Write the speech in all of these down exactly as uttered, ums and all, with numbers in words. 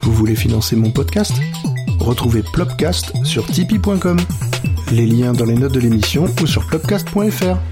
Vous voulez financer mon podcast ? Retrouvez Plopcast sur tipeee point com. Les liens dans les notes de l'émission ou sur plopcast point f r.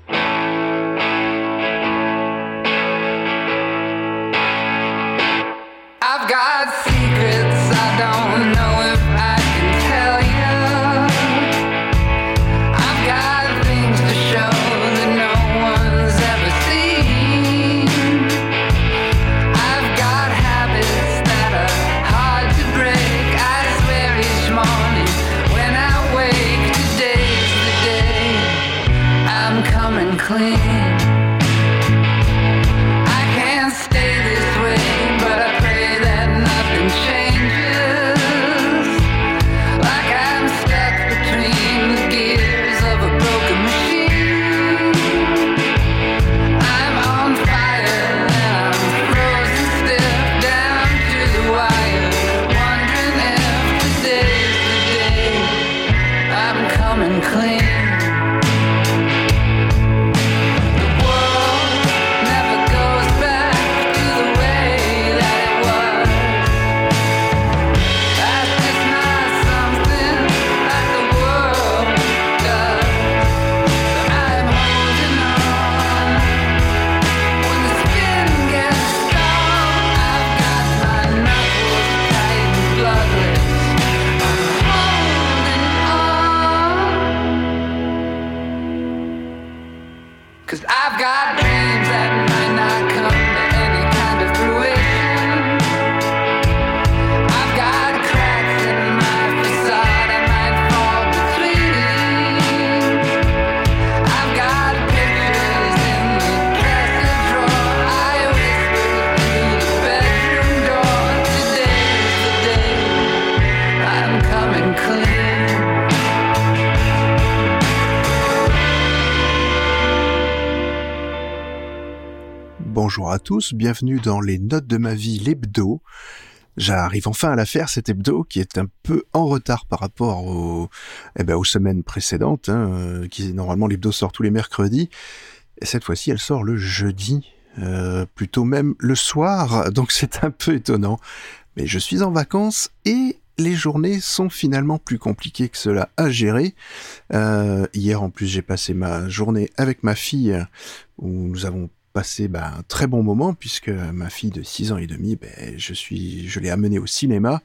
Bonjour à tous, bienvenue dans les notes de ma vie, l'hebdo. J'arrive enfin à la faire, cet hebdo, qui est un peu en retard par rapport aux, eh ben, aux semaines précédentes, hein, euh, qui normalement l'hebdo sort tous les mercredis, et cette fois-ci elle sort le jeudi, euh, plutôt même le soir, donc c'est un peu étonnant. Mais je suis en vacances et les journées sont finalement plus compliquées que cela à gérer. Euh, hier en plus j'ai passé ma journée avec ma fille, où nous avons passé bah, un très bon moment, puisque ma fille de six ans et demi, bah, je suis, je l'ai amenée au cinéma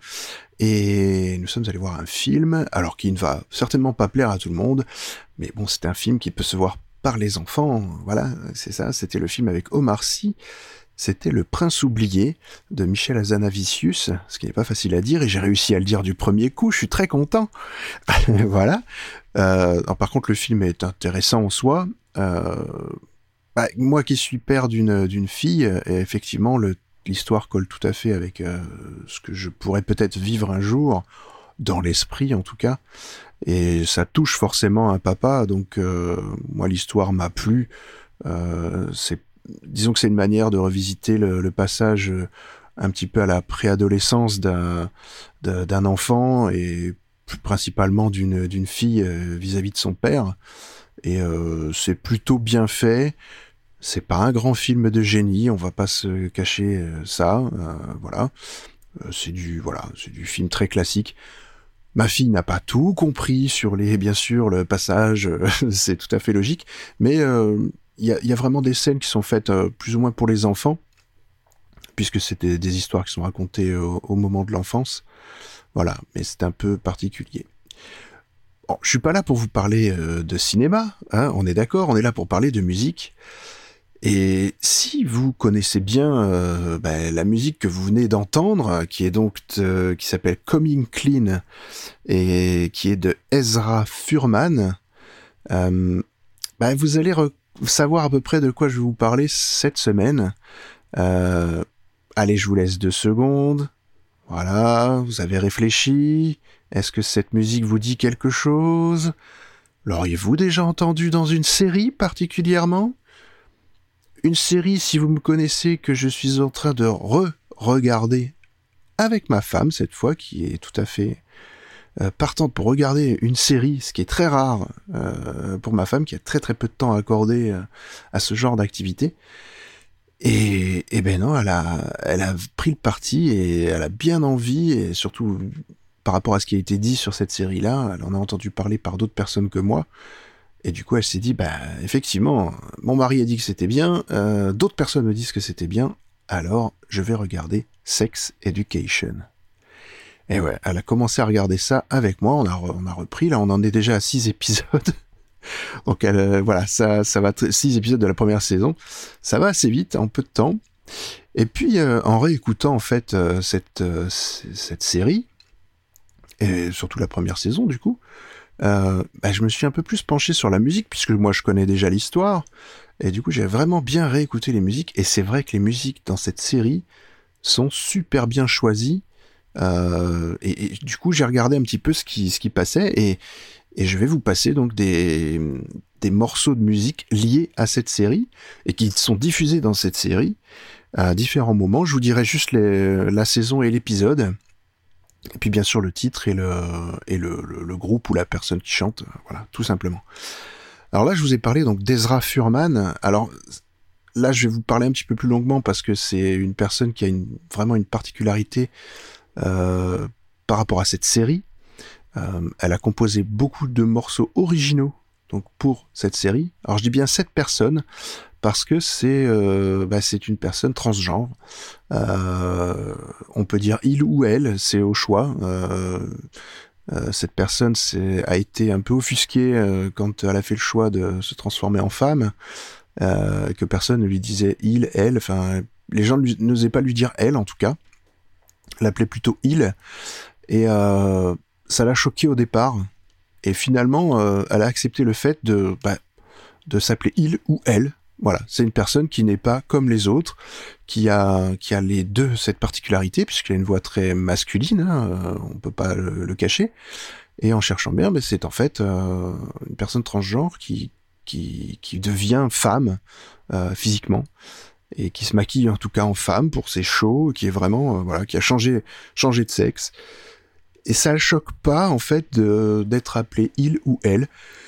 et nous sommes allés voir un film, alors qui ne va certainement pas plaire à tout le monde, mais bon, c'est un film qui peut se voir par les enfants, voilà, c'est ça, c'était le film avec Omar Sy, c'était Le Prince oublié de Michel Hazanavicius, ce qui n'est pas facile à dire, et j'ai réussi à le dire du premier coup, je suis très content, voilà. Euh, alors, par contre, le film est intéressant en soi, euh, Bah, moi qui suis père d'une d'une fille, et effectivement le, l'histoire colle tout à fait avec euh, ce que je pourrais peut-être vivre un jour, dans l'esprit en tout cas, et ça touche forcément un papa, donc euh, moi l'histoire m'a plu, euh, c'est, disons que c'est une manière de revisiter le, le passage un petit peu à la préadolescence d'un, d'un enfant, et principalement d'une, d'une fille vis-à-vis de son père. Et euh, c'est plutôt bien fait. C'est pas un grand film de génie, on va pas se cacher euh, ça. Euh, voilà, euh, c'est du voilà, c'est du film très classique. Ma fille n'a pas tout compris sur les, bien sûr, le passage, euh, c'est tout à fait logique. Mais il euh, y, a, y a vraiment des scènes qui sont faites euh, plus ou moins pour les enfants, puisque c'est des, des histoires qui sont racontées au, au moment de l'enfance. Voilà, mais c'est un peu particulier. Bon, je suis pas là pour vous parler euh, de cinéma, hein, on est d'accord, on est là pour parler de musique. Et si vous connaissez bien euh, bah, la musique que vous venez d'entendre, qui est donc de, qui s'appelle Coming Clean et qui est de Ezra Furman, euh, bah, vous allez re- savoir à peu près de quoi je vais vous parler cette semaine. Euh, allez, je vous laisse deux secondes. Voilà, vous avez réfléchi. Est-ce que cette musique vous dit quelque chose ? L'auriez-vous déjà entendu dans une série particulièrement ? Une série, si vous me connaissez, que je suis en train de re-regarder avec ma femme, cette fois, qui est tout à fait euh, partante pour regarder une série, ce qui est très rare euh, pour ma femme, qui a très très peu de temps à accorder euh, à ce genre d'activité. Et, et ben non, elle a, elle a pris le parti et elle a bien envie, et surtout par rapport à ce qui a été dit sur cette série-là, elle en a entendu parler par d'autres personnes que moi. Et du coup, elle s'est dit, bah, effectivement, mon mari a dit que c'était bien, euh, d'autres personnes me disent que c'était bien, alors je vais regarder Sex Education. Et ouais, elle a commencé à regarder ça avec moi, on a, re, on a repris, là on en est déjà à six épisodes. Donc elle, euh, voilà, ça, ça va, t- six épisodes de la première saison, ça va assez vite, en peu de temps. Et puis, euh, en réécoutant en fait euh, cette, euh, c- cette série, et surtout la première saison du coup, Euh, bah, je me suis un peu plus penché sur la musique, puisque moi je connais déjà l'histoire, et du coup j'ai vraiment bien réécouté les musiques, et c'est vrai que les musiques dans cette série sont super bien choisies, euh, et, et du coup j'ai regardé un petit peu ce qui, ce qui passait, et, et je vais vous passer donc des, des morceaux de musique liés à cette série, et qui sont diffusés dans cette série à différents moments. Je vous dirai juste les, la saison et l'épisode, et puis bien sûr le titre et le et le, le, le groupe ou la personne qui chante, voilà, tout simplement. Alors là, je vous ai parlé donc d'Ezra Furman. Alors là, je vais vous parler un petit peu plus longuement parce que c'est une personne qui a une, vraiment une particularité euh, par rapport à cette série. Euh, elle a composé beaucoup de morceaux originaux donc pour cette série. Alors je dis bien cette personne parce que c'est euh, bah, c'est une personne transgenre. Euh, on peut dire il ou elle, c'est au choix. Euh, euh, cette personne c'est, a été un peu offusquée euh, quand elle a fait le choix de se transformer en femme, euh, que personne ne lui disait il, elle. Enfin, les gens lui, n'osaient pas lui dire elle en tout cas. L'appelait plutôt il. Et euh, ça l'a choquée au départ. Et finalement, euh, elle a accepté le fait de, bah, de s'appeler il ou elle. Voilà, c'est une personne qui n'est pas comme les autres, qui a, qui a les deux cette particularité, puisqu'il a une voix très masculine, hein, euh, on peut pas le, le cacher. Et en cherchant bien, mais c'est en fait euh, une personne transgenre qui, qui, qui devient femme euh, physiquement, et qui se maquille en tout cas en femme pour ses shows, qui est vraiment, euh, voilà, qui a changé, changé de sexe. Et ça ne choque pas en fait de, d'être appelé il ou elle.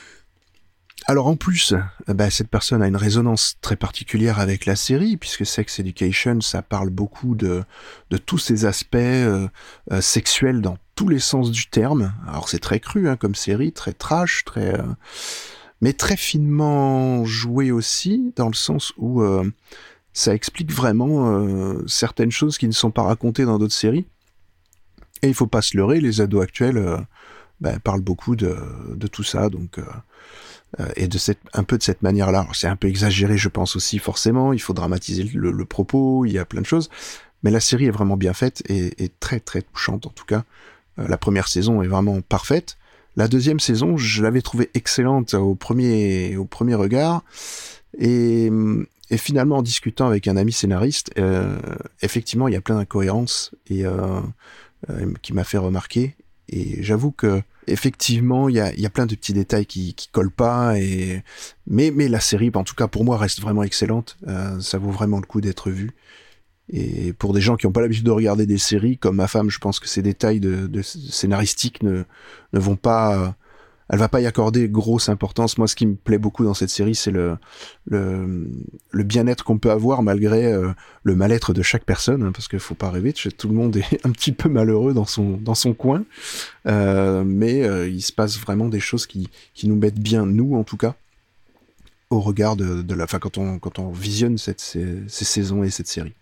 Alors en plus, bah, cette personne a une résonance très particulière avec la série, puisque Sex Education, ça parle beaucoup de, de tous ces aspects euh, euh, sexuels dans tous les sens du terme. Alors c'est très cru hein, comme série, très trash, très, euh, mais très finement joué aussi, dans le sens où euh, ça explique vraiment euh, certaines choses qui ne sont pas racontées dans d'autres séries. Et il faut pas se leurrer, les ados actuels euh, bah, parlent beaucoup de, de tout ça, donc... Euh, Euh, et de cette, un peu de cette manière-là. Alors, c'est un peu exagéré, je pense aussi, forcément, il faut dramatiser le, le propos, il y a plein de choses, mais la série est vraiment bien faite et, et très très touchante en tout cas. Euh, la première saison est vraiment parfaite. La deuxième saison, je l'avais trouvée excellente au premier, au premier regard, et, et finalement en discutant avec un ami scénariste, euh, effectivement il y a plein d'incohérences et, euh, euh, qui m'a fait remarquer, et j'avoue que effectivement, il y a, y a plein de petits détails qui, qui collent pas, et mais mais la série, en tout cas pour moi, reste vraiment excellente. Euh, ça vaut vraiment le coup d'être vu. Et pour des gens qui n'ont pas l'habitude de regarder des séries, comme ma femme, je pense que ces détails de, de scénaristiques ne ne vont pas, elle va pas y accorder grosse importance. Moi, ce qui me plaît beaucoup dans cette série, c'est le le, le bien-être qu'on peut avoir malgré euh, le mal-être de chaque personne, hein, parce qu'il faut pas rêver, tout le monde est un petit peu malheureux dans son dans son coin, euh, mais euh, il se passe vraiment des choses qui qui nous mettent bien, nous en tout cas, au regard de, de la, enfin quand on quand on visionne cette ces, ces saisons et cette série.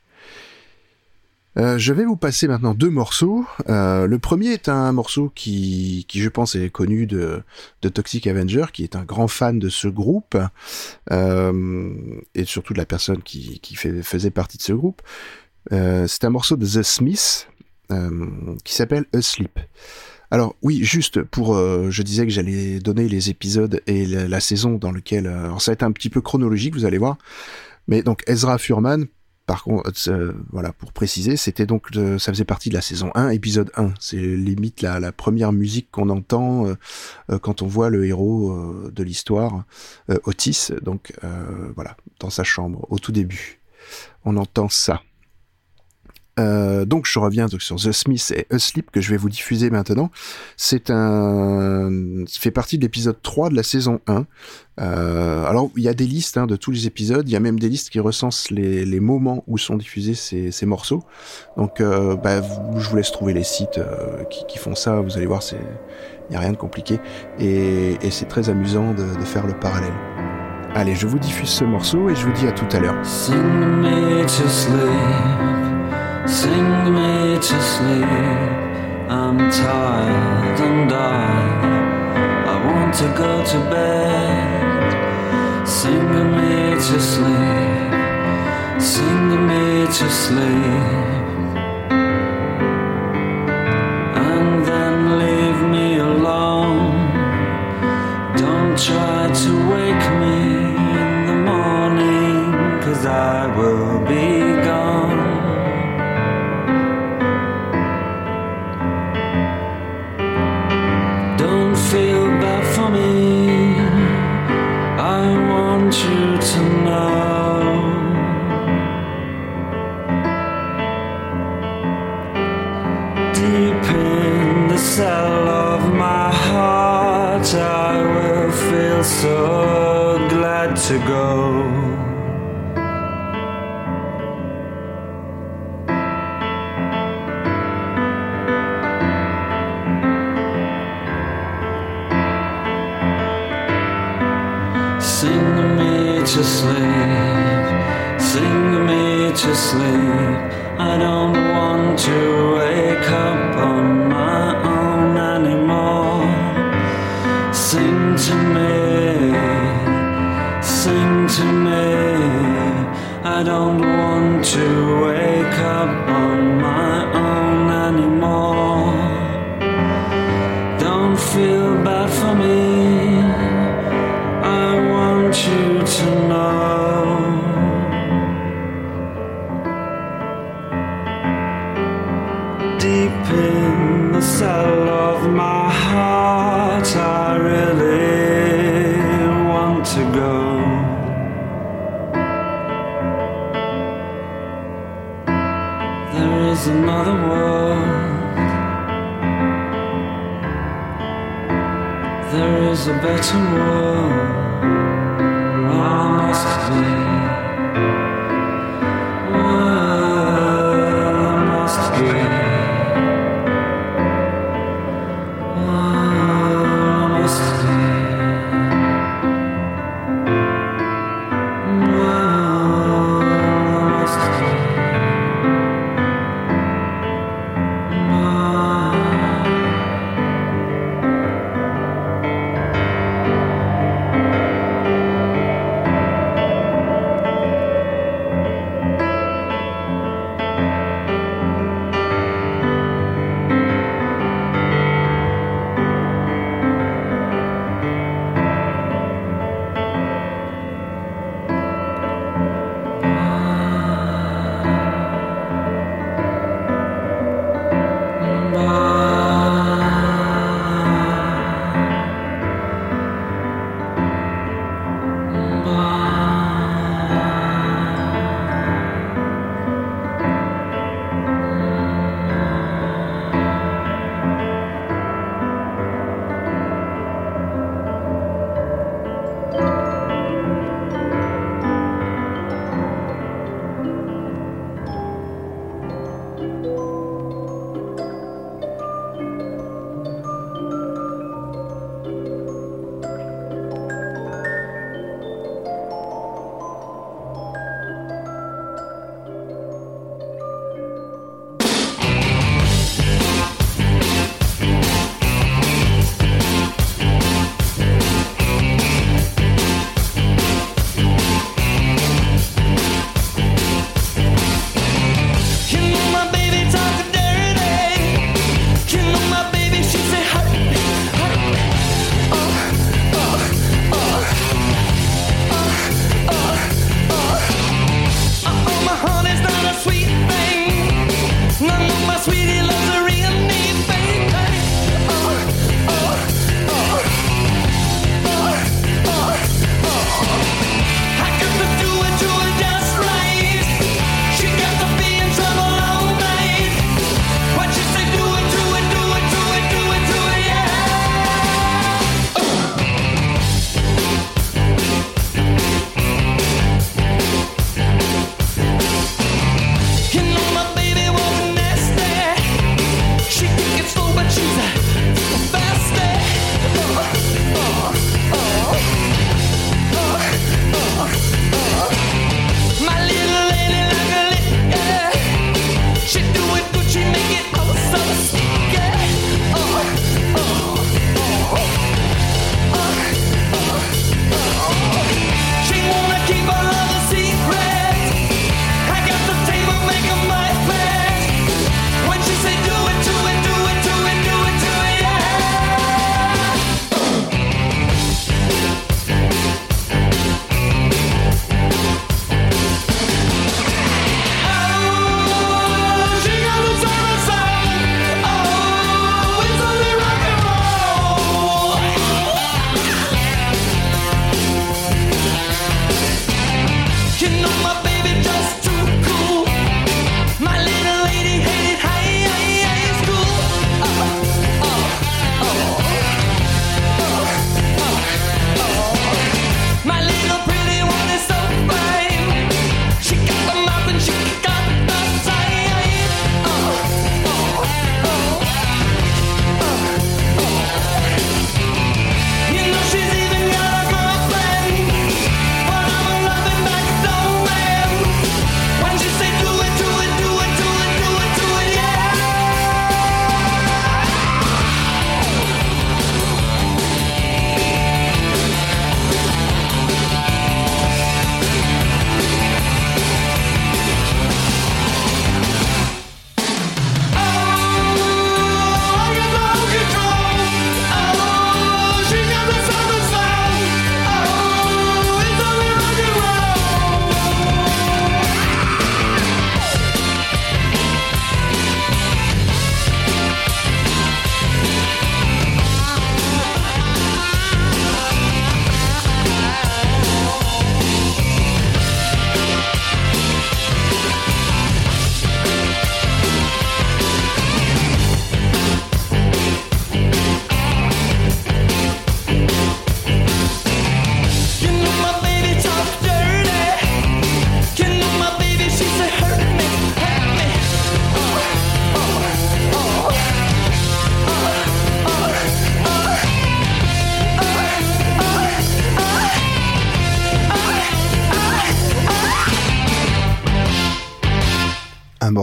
Euh, je vais vous passer maintenant deux morceaux. Euh, le premier est un morceau qui, qui je pense est connu de, de Toxic Avenger, qui est un grand fan de ce groupe, euh, et surtout de la personne qui, qui fait, faisait partie de ce groupe. Euh, c'est un morceau de The Smiths euh, qui s'appelle Asleep. Alors oui, juste pour, euh, je disais que j'allais donner les épisodes et la, la saison dans lequel, euh, alors ça va être un petit peu chronologique, vous allez voir. Mais donc Ezra Furman, par contre, euh, voilà, pour préciser, c'était donc de, ça faisait partie de la saison un, épisode un. C'est limite la, la première musique qu'on entend euh, euh, quand on voit le héros euh, de l'histoire, euh, Otis, donc euh, voilà, dans sa chambre, au tout début. On entend ça. Euh, donc je reviens donc, sur The Smiths et Asleep que je vais vous diffuser maintenant. C'est un, ça fait partie de l'épisode trois de la saison un. Euh, alors il y a des listes hein, de tous les épisodes, il y a même des listes qui recensent les, les moments où sont diffusés ces, ces morceaux. Donc euh, bah, je vous laisse trouver les sites euh, qui, qui font ça, vous allez voir, c'est, il n'y a rien de compliqué et, et c'est très amusant de, de faire le parallèle. Allez, je vous diffuse ce morceau et je vous dis à tout à l'heure. Sing me to sleep. Sing me to sleep, I'm tired and I, I want to go to bed. Sing me to sleep, sing me to sleep, and then leave me alone. Don't try to wake me in the morning, 'cause I will be gone. Feel bad for me, I want you to know. Deep in the cell of my heart, I will feel so glad to go. Sing me to sleep, sing me to sleep. I don't want to wake up on my own anymore. Sing to me, sing to me. I don't want to wake up on my own anymore. Don't feel bad for me, I want you to know. Deep in the cell of my heart, I really want to go. There is another world, there is a better world. I must be.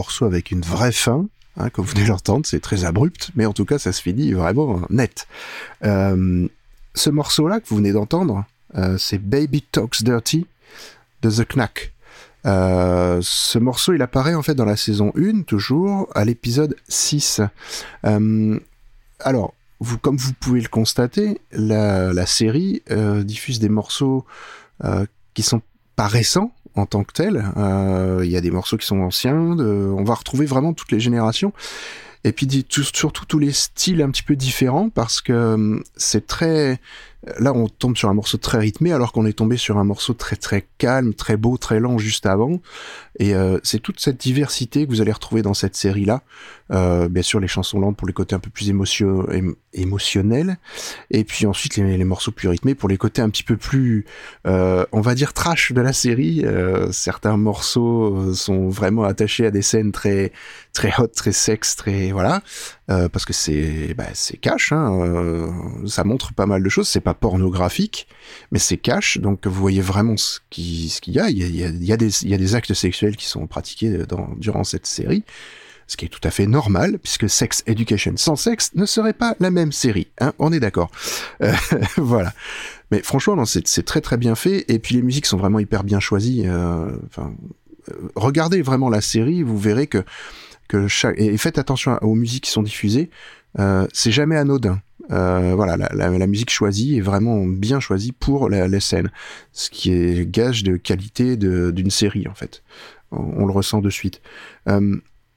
morceau avec une vraie fin, hein, comme vous venez de l'entendre, c'est très abrupt, mais en tout cas ça se finit vraiment net. Euh, ce morceau-là que vous venez d'entendre, euh, c'est Baby Talks Dirty de The Knack. Euh, ce morceau, il apparaît en fait dans la saison un, toujours, à l'épisode six. Euh, alors, vous, comme vous pouvez le constater, la, la série euh, diffuse des morceaux euh, qui sont pas récents en tant que tels. Euh, il y a des morceaux qui sont anciens, de, on va retrouver vraiment toutes les générations. Et puis tout, surtout tous les styles un petit peu différents, parce que c'est très... Là, on tombe sur un morceau très rythmé, alors qu'on est tombé sur un morceau très très calme, très beau, très lent juste avant. Et euh, c'est toute cette diversité que vous allez retrouver dans cette série-là. Euh, bien sûr, les chansons lentes pour les côtés un peu plus émotion... ém- émotionnels. Et puis ensuite, les, les morceaux plus rythmés pour les côtés un petit peu plus, euh, on va dire, trash de la série. Euh, certains morceaux sont vraiment attachés à des scènes très très hot, très sexe, très... Voilà. Euh, parce que c'est, bah, c'est cash, hein, euh, ça montre pas mal de choses, c'est pas pornographique, mais c'est cash, donc vous voyez vraiment ce, qui, ce qu'il y a, il y a, il y a, il y a, des, il y a des actes sexuels qui sont pratiqués dans, durant cette série, ce qui est tout à fait normal, puisque Sex Education sans sexe ne serait pas la même série, hein, on est d'accord. Euh, voilà. Mais franchement, non, c'est, c'est très très bien fait, et puis les musiques sont vraiment hyper bien choisies, euh, enfin, euh, regardez vraiment la série, vous verrez que Que chaque... Et faites attention aux musiques qui sont diffusées, euh, c'est jamais anodin. Euh, voilà, la, la, la musique choisie est vraiment bien choisie pour la, les scènes, ce qui est gage de qualité de, d'une série en fait. On, on le ressent de suite. Euh,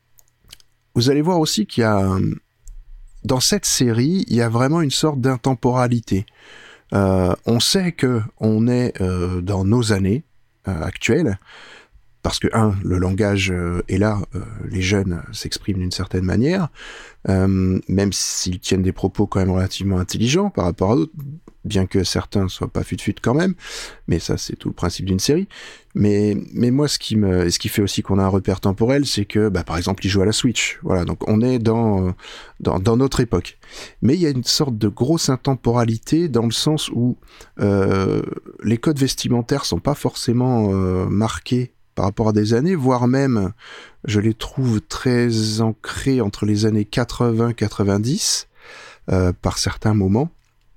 vous allez voir aussi qu'il y a dans cette série, il y a vraiment une sorte d'intemporalité. Euh, on sait que on est euh, dans nos années euh, actuelles. Parce que, un, le langage euh, est là, euh, les jeunes s'expriment d'une certaine manière, euh, même s'ils tiennent des propos quand même relativement intelligents par rapport à d'autres, bien que certains soient pas fut-fut quand même, mais ça c'est tout le principe d'une série. Mais, mais moi, ce qui me, ce qui fait aussi qu'on a un repère temporel, c'est que, bah, par exemple, ils jouent à la Switch. Voilà, donc on est dans, dans, dans notre époque. Mais il y a une sorte de grosse intemporalité dans le sens où euh, les codes vestimentaires sont pas forcément euh, marqués par rapport à des années, voire même, je les trouve très ancrés entre les années quatre-vingts quatre-vingt-dix, euh, par certains moments.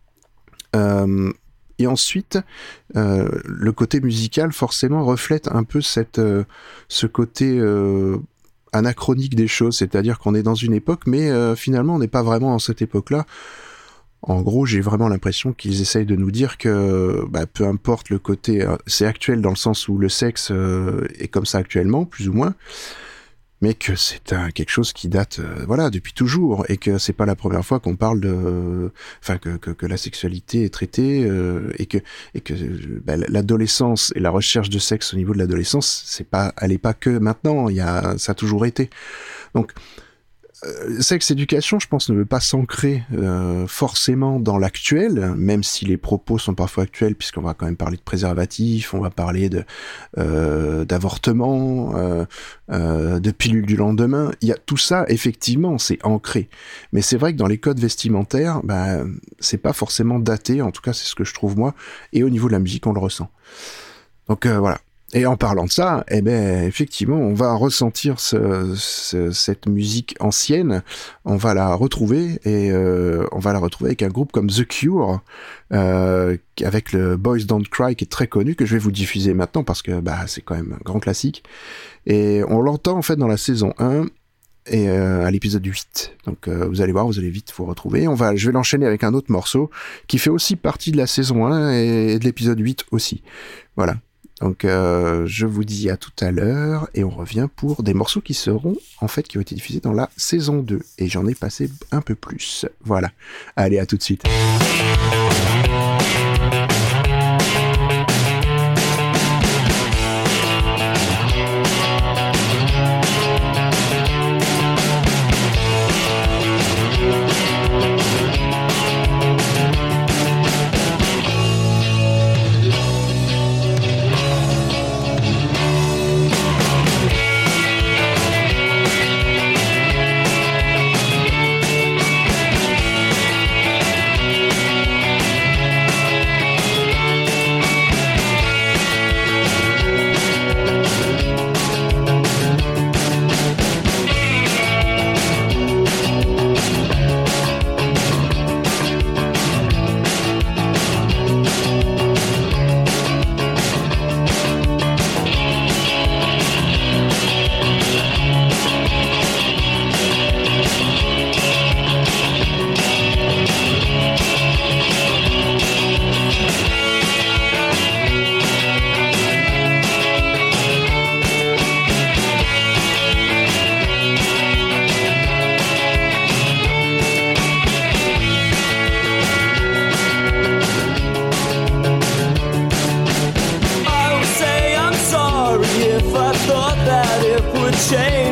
Euh, et ensuite, euh, le côté musical, forcément, reflète un peu cette, euh, ce côté euh, anachronique des choses, c'est-à-dire qu'on est dans une époque, mais euh, finalement, on n'est pas vraiment dans cette époque-là. En gros, j'ai vraiment l'impression qu'ils essayent de nous dire que bah, peu importe le côté... Euh, c'est actuel dans le sens où le sexe euh, est comme ça actuellement, plus ou moins, mais que c'est un, quelque chose qui date euh, voilà, depuis toujours, et que c'est pas la première fois qu'on parle de... Enfin, que, que, que la sexualité est traitée, euh, et que, et que bah, l'adolescence et la recherche de sexe au niveau de l'adolescence, c'est pas, elle est pas que maintenant, il y a, ça a toujours été. Donc... Euh, Sex Education, je pense, ne veut pas s'ancrer euh, forcément dans l'actuel, même si les propos sont parfois actuels, puisqu'on va quand même parler de préservatifs, on va parler de euh, d'avortement, euh, euh, de pilules du lendemain. Il y a tout ça, effectivement, c'est ancré. Mais c'est vrai que dans les codes vestimentaires, bah, c'est pas forcément daté. En tout cas, c'est ce que je trouve moi. Et au niveau de la musique, on le ressent. Donc euh, voilà. Et en parlant de ça, eh ben effectivement, on va ressentir ce, ce, cette musique ancienne, on va la retrouver et euh, on va la retrouver avec un groupe comme The Cure, euh, avec le Boys Don't Cry qui est très connu, que je vais vous diffuser maintenant parce que bah c'est quand même un grand classique. Et on l'entend en fait dans la saison un et euh, à l'épisode huit. Donc euh, vous allez voir, vous allez vite vous retrouver. On va, je vais l'enchaîner avec un autre morceau qui fait aussi partie de la saison un et de l'épisode huit aussi. Voilà. Donc euh, je vous dis à tout à l'heure et on revient pour des morceaux qui seront en fait qui ont été diffusés dans la saison deux et j'en ai passé un peu plus. Voilà. Allez, à tout de suite.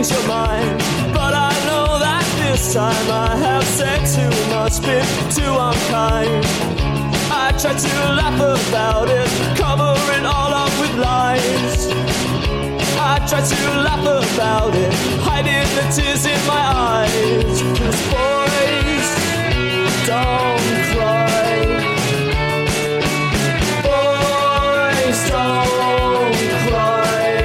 change your mind. But I know that this time I have said too much, been too unkind. I try to laugh about it, cover it all up with lies. I try to laugh about it, hiding the tears in my eyes. 'Cause boys don't cry. Boys don't cry.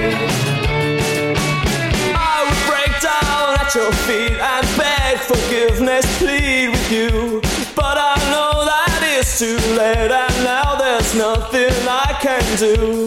I would break down at your feet and beg forgiveness, plead with you. But I know that it's too late and now there's nothing I can do.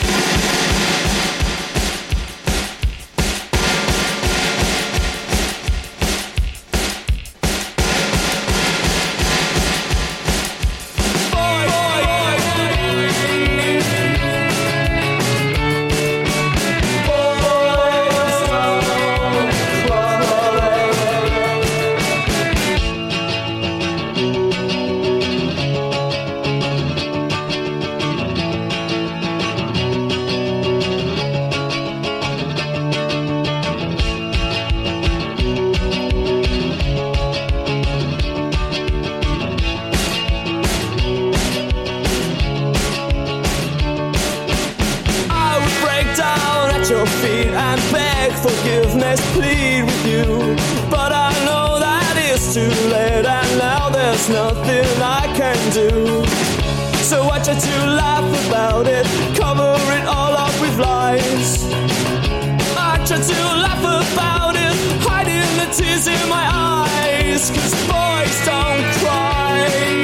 Forgiveness, plead with you. But I know that it's too late and now there's nothing I can do. So I try to laugh about it, cover it all up with lies. I try to laugh about it, hiding the tears in my eyes. 'Cause boys don't cry.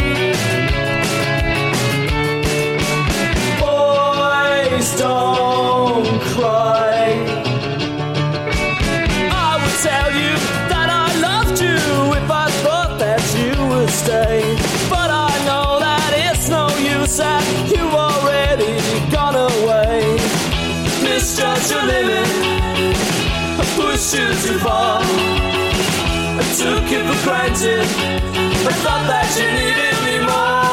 Boys don't cry. Tell you that I loved you if I thought that you would stay. But I know that it's no use and you've already gone away. Misjudged your limit, I pushed you too far. I took it for granted, I thought that you needed me more.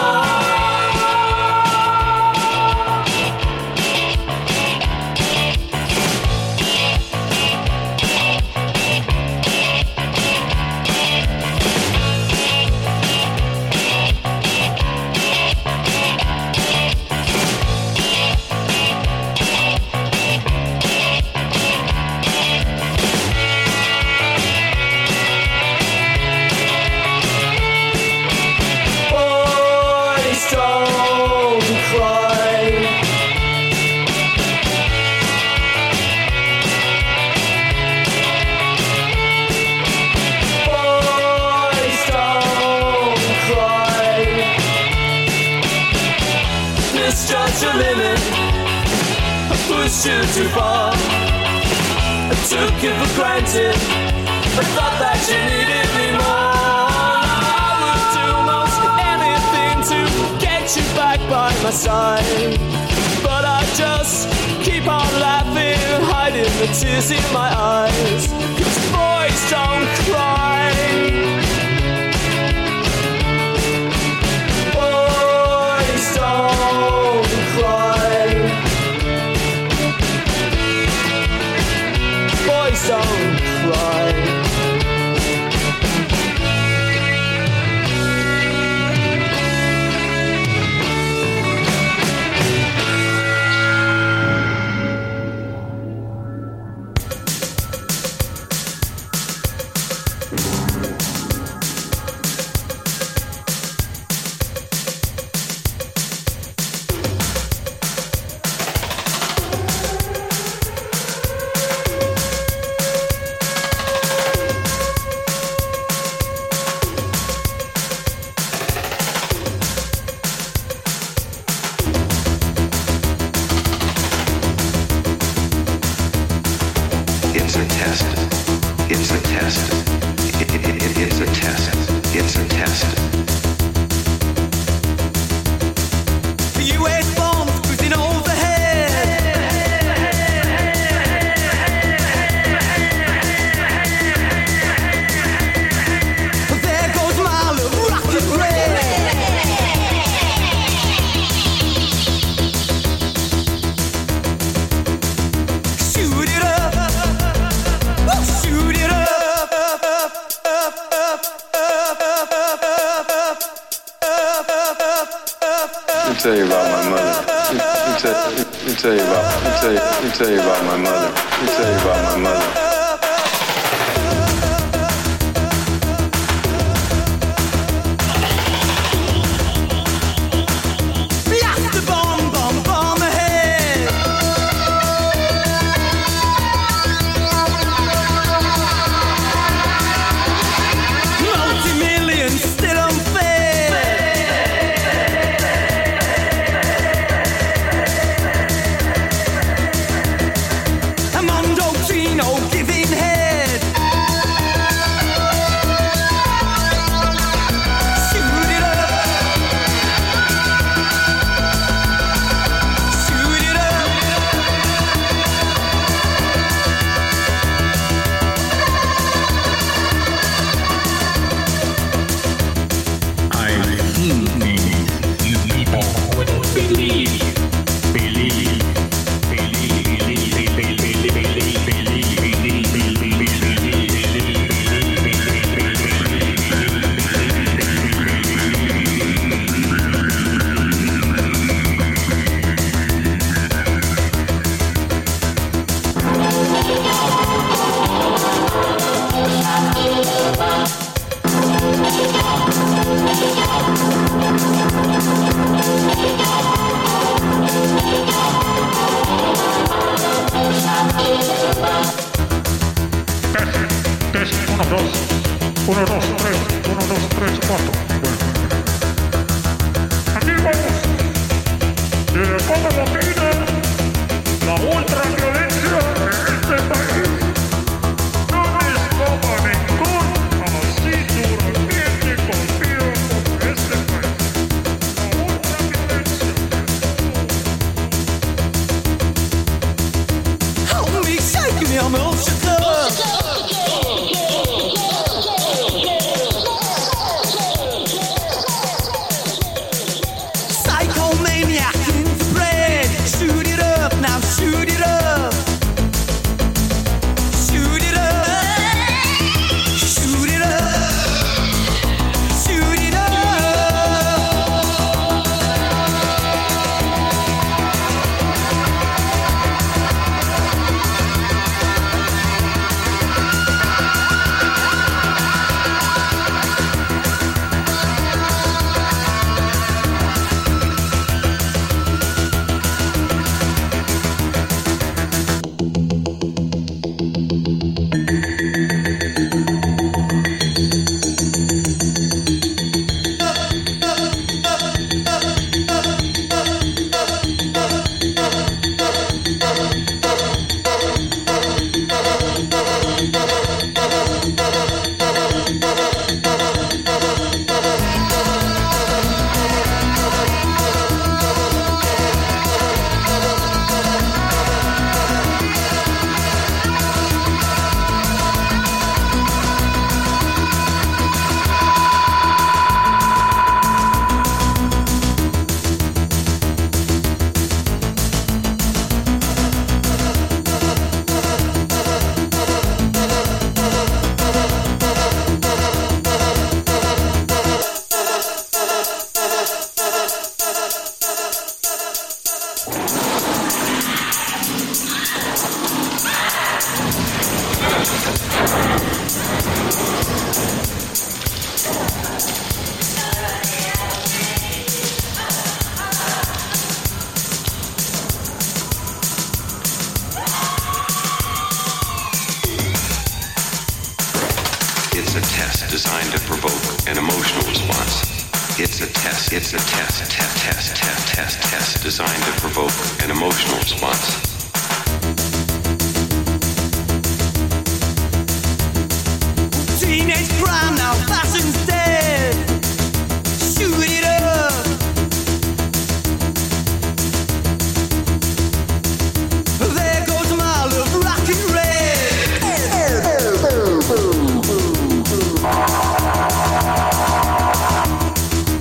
Your limit, I pushed you too far. I took it for granted, I thought that you needed me more. I would do most anything to get you back by my side. But I just keep on laughing, hiding the tears in my eyes. 'Cause boys don't cry. Boys don't cry. Boys don't cry. tell you about my mother. Let me tell, let me tell you about. Let me tell you. Let me tell you about my mother. Let me tell you about my mother.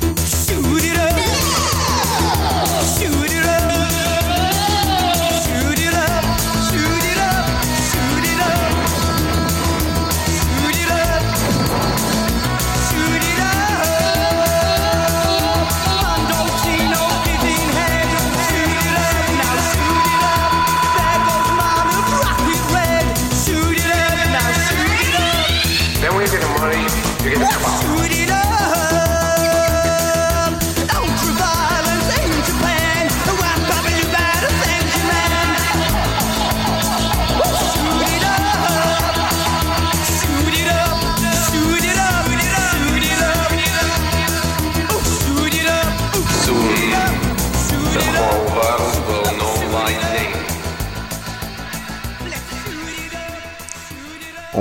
Shoot it up.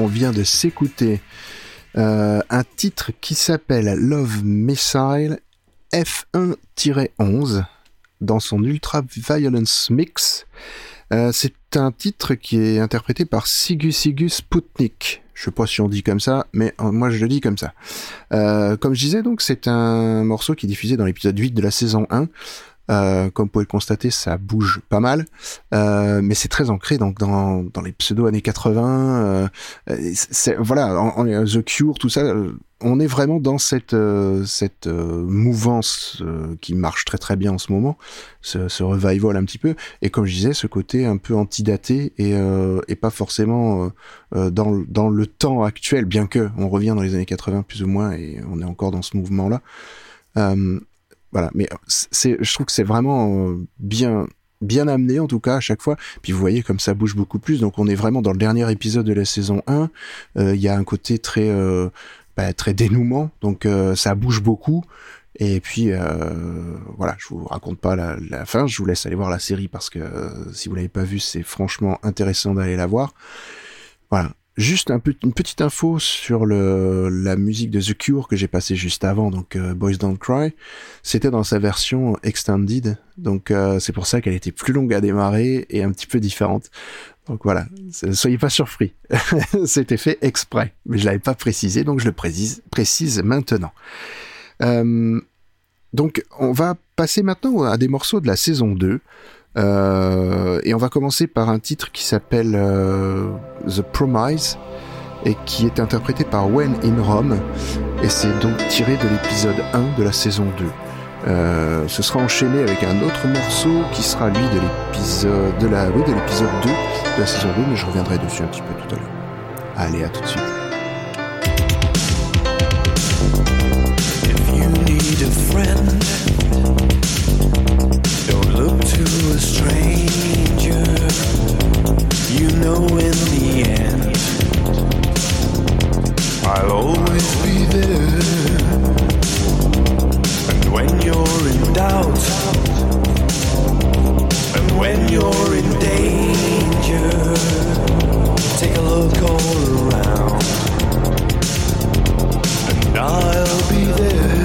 on vient de s'écouter euh, un titre qui s'appelle Love Missile F un onze dans son Ultra Violence Mix. Euh, c'est un titre qui est interprété par Sigu Sigu Sputnik. Je sais pas si on dit comme ça, mais euh, moi je le dis comme ça. Euh, comme je disais, donc c'est un morceau qui est diffusé dans l'épisode huit de la saison un. Euh, comme vous pouvez le constater, ça bouge pas mal, euh, mais c'est très ancré donc dans dans les pseudo années quatre-vingts. Euh, c'est, voilà, en, en, The Cure, tout ça, euh, on est vraiment dans cette euh, cette euh, mouvance euh, qui marche très très bien en ce moment, ce, ce revival un petit peu. Et comme je disais, ce côté un peu antidaté et euh, et pas forcément euh, dans dans le temps actuel, bien que on revient dans les années quatre-vingts plus ou moins et on est encore dans ce mouvement-là. Euh, Voilà, mais c'est, je trouve que c'est vraiment bien, bien amené en tout cas à chaque fois. Puis vous voyez comme ça bouge beaucoup plus. Donc on est vraiment dans le dernier épisode de la saison un. Il euh, y a un côté très, euh, bah, très dénouement. Donc euh, ça bouge beaucoup. Et puis euh, voilà, je vous raconte pas la, la fin. Je vous laisse aller voir la série parce que euh, si vous l'avez pas vue, c'est franchement intéressant d'aller la voir. Voilà. Juste un peu, une petite info sur le, la musique de The Cure que j'ai passée juste avant, donc euh, Boys Don't Cry. C'était dans sa version extended, donc euh, c'est pour ça qu'elle était plus longue à démarrer et un petit peu différente. Donc voilà, soyez pas surpris. C'était fait exprès, mais je l'avais pas précisé, donc je le précise, précise maintenant. Euh, donc on va passer maintenant à des morceaux de la saison deux. Euh, et on va commencer par un titre qui s'appelle euh, The Promise et qui est interprété par When in Rome et c'est donc tiré de l'épisode un de la saison deux. Euh, ce sera enchaîné avec un autre morceau qui sera lui de l'épisode de la oui de l'épisode deux de la saison deux, mais je reviendrai dessus un petit peu tout à l'heure. Allez, à tout de suite. If you need a friend, look to a stranger, you know in the end, I'll always be there. And when you're in doubt, and when you're in danger, take a look all around, and I'll be there.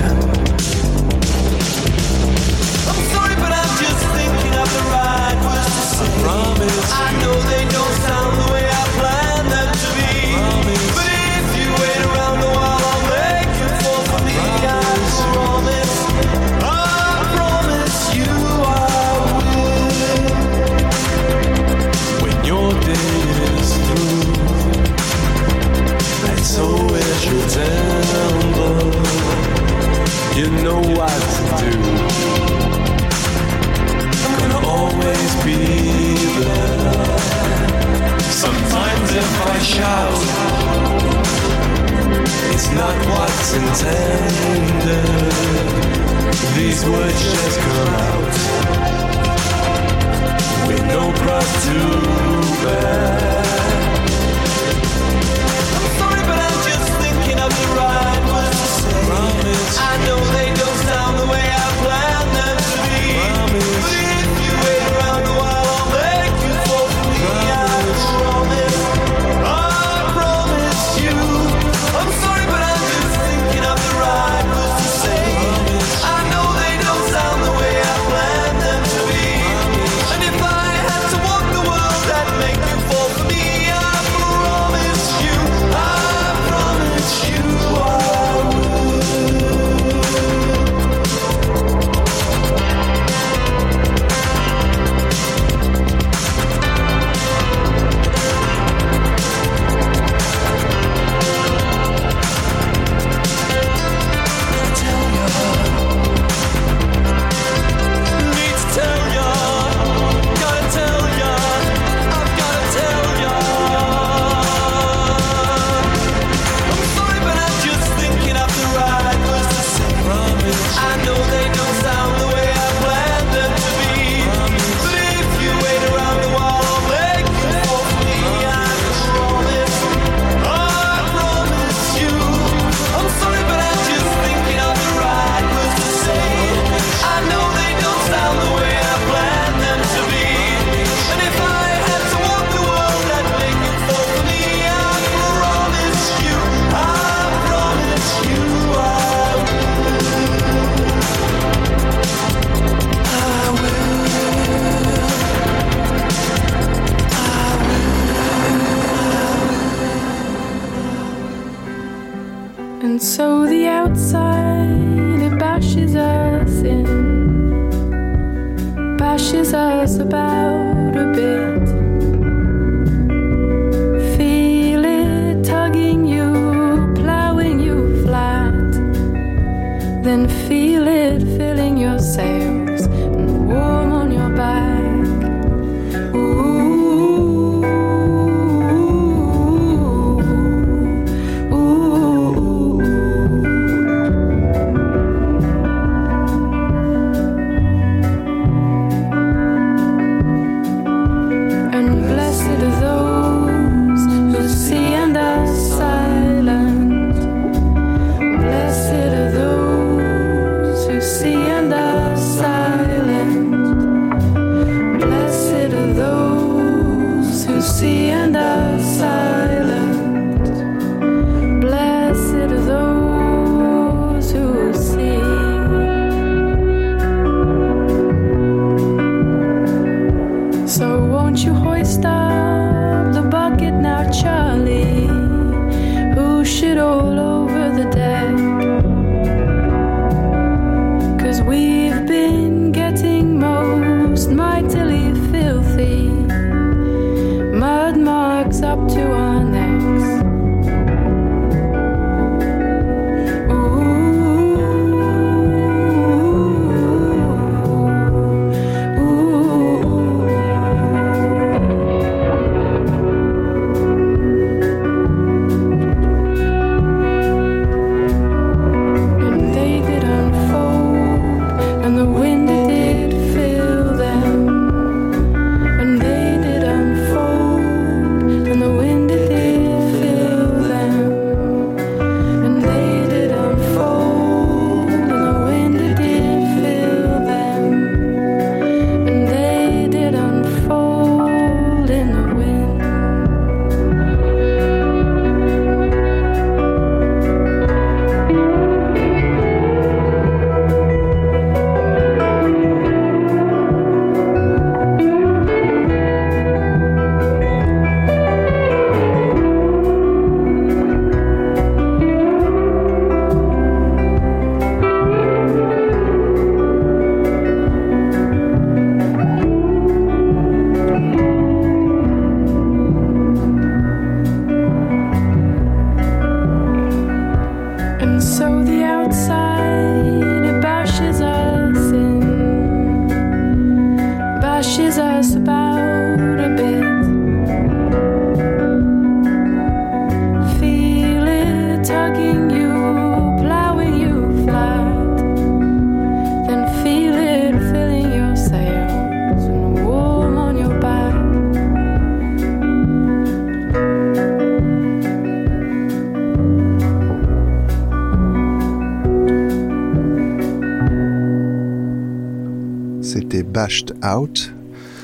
Promise. I know they don't sound the way I planned them to be. Promise. But if you wait around a while, I'll make you fall for me. Promise. I promise. I promise you I will. When your day is through, and so is your temper, you know what to do. Always be there. Sometimes if I shout, it's not what's intended. These words just come out with no cross to bear. I'm sorry, but I'm just thinking of the right words to say. Promise. I know they don't sound the way I planned them to be. Promise. Around a while, I'll make you fall for me. I promise, I promise you. I'm sorry, but I'm just thinking of the right words to say. I know they don't sound the way I planned them to be. And if I had to walk the world, I'd make you fall for me. so the outside, it bashes us in, bashes us about a bit. Feel it tugging you, plowing you flat. Then feel it filling your sails and warm on your back. Bashed Out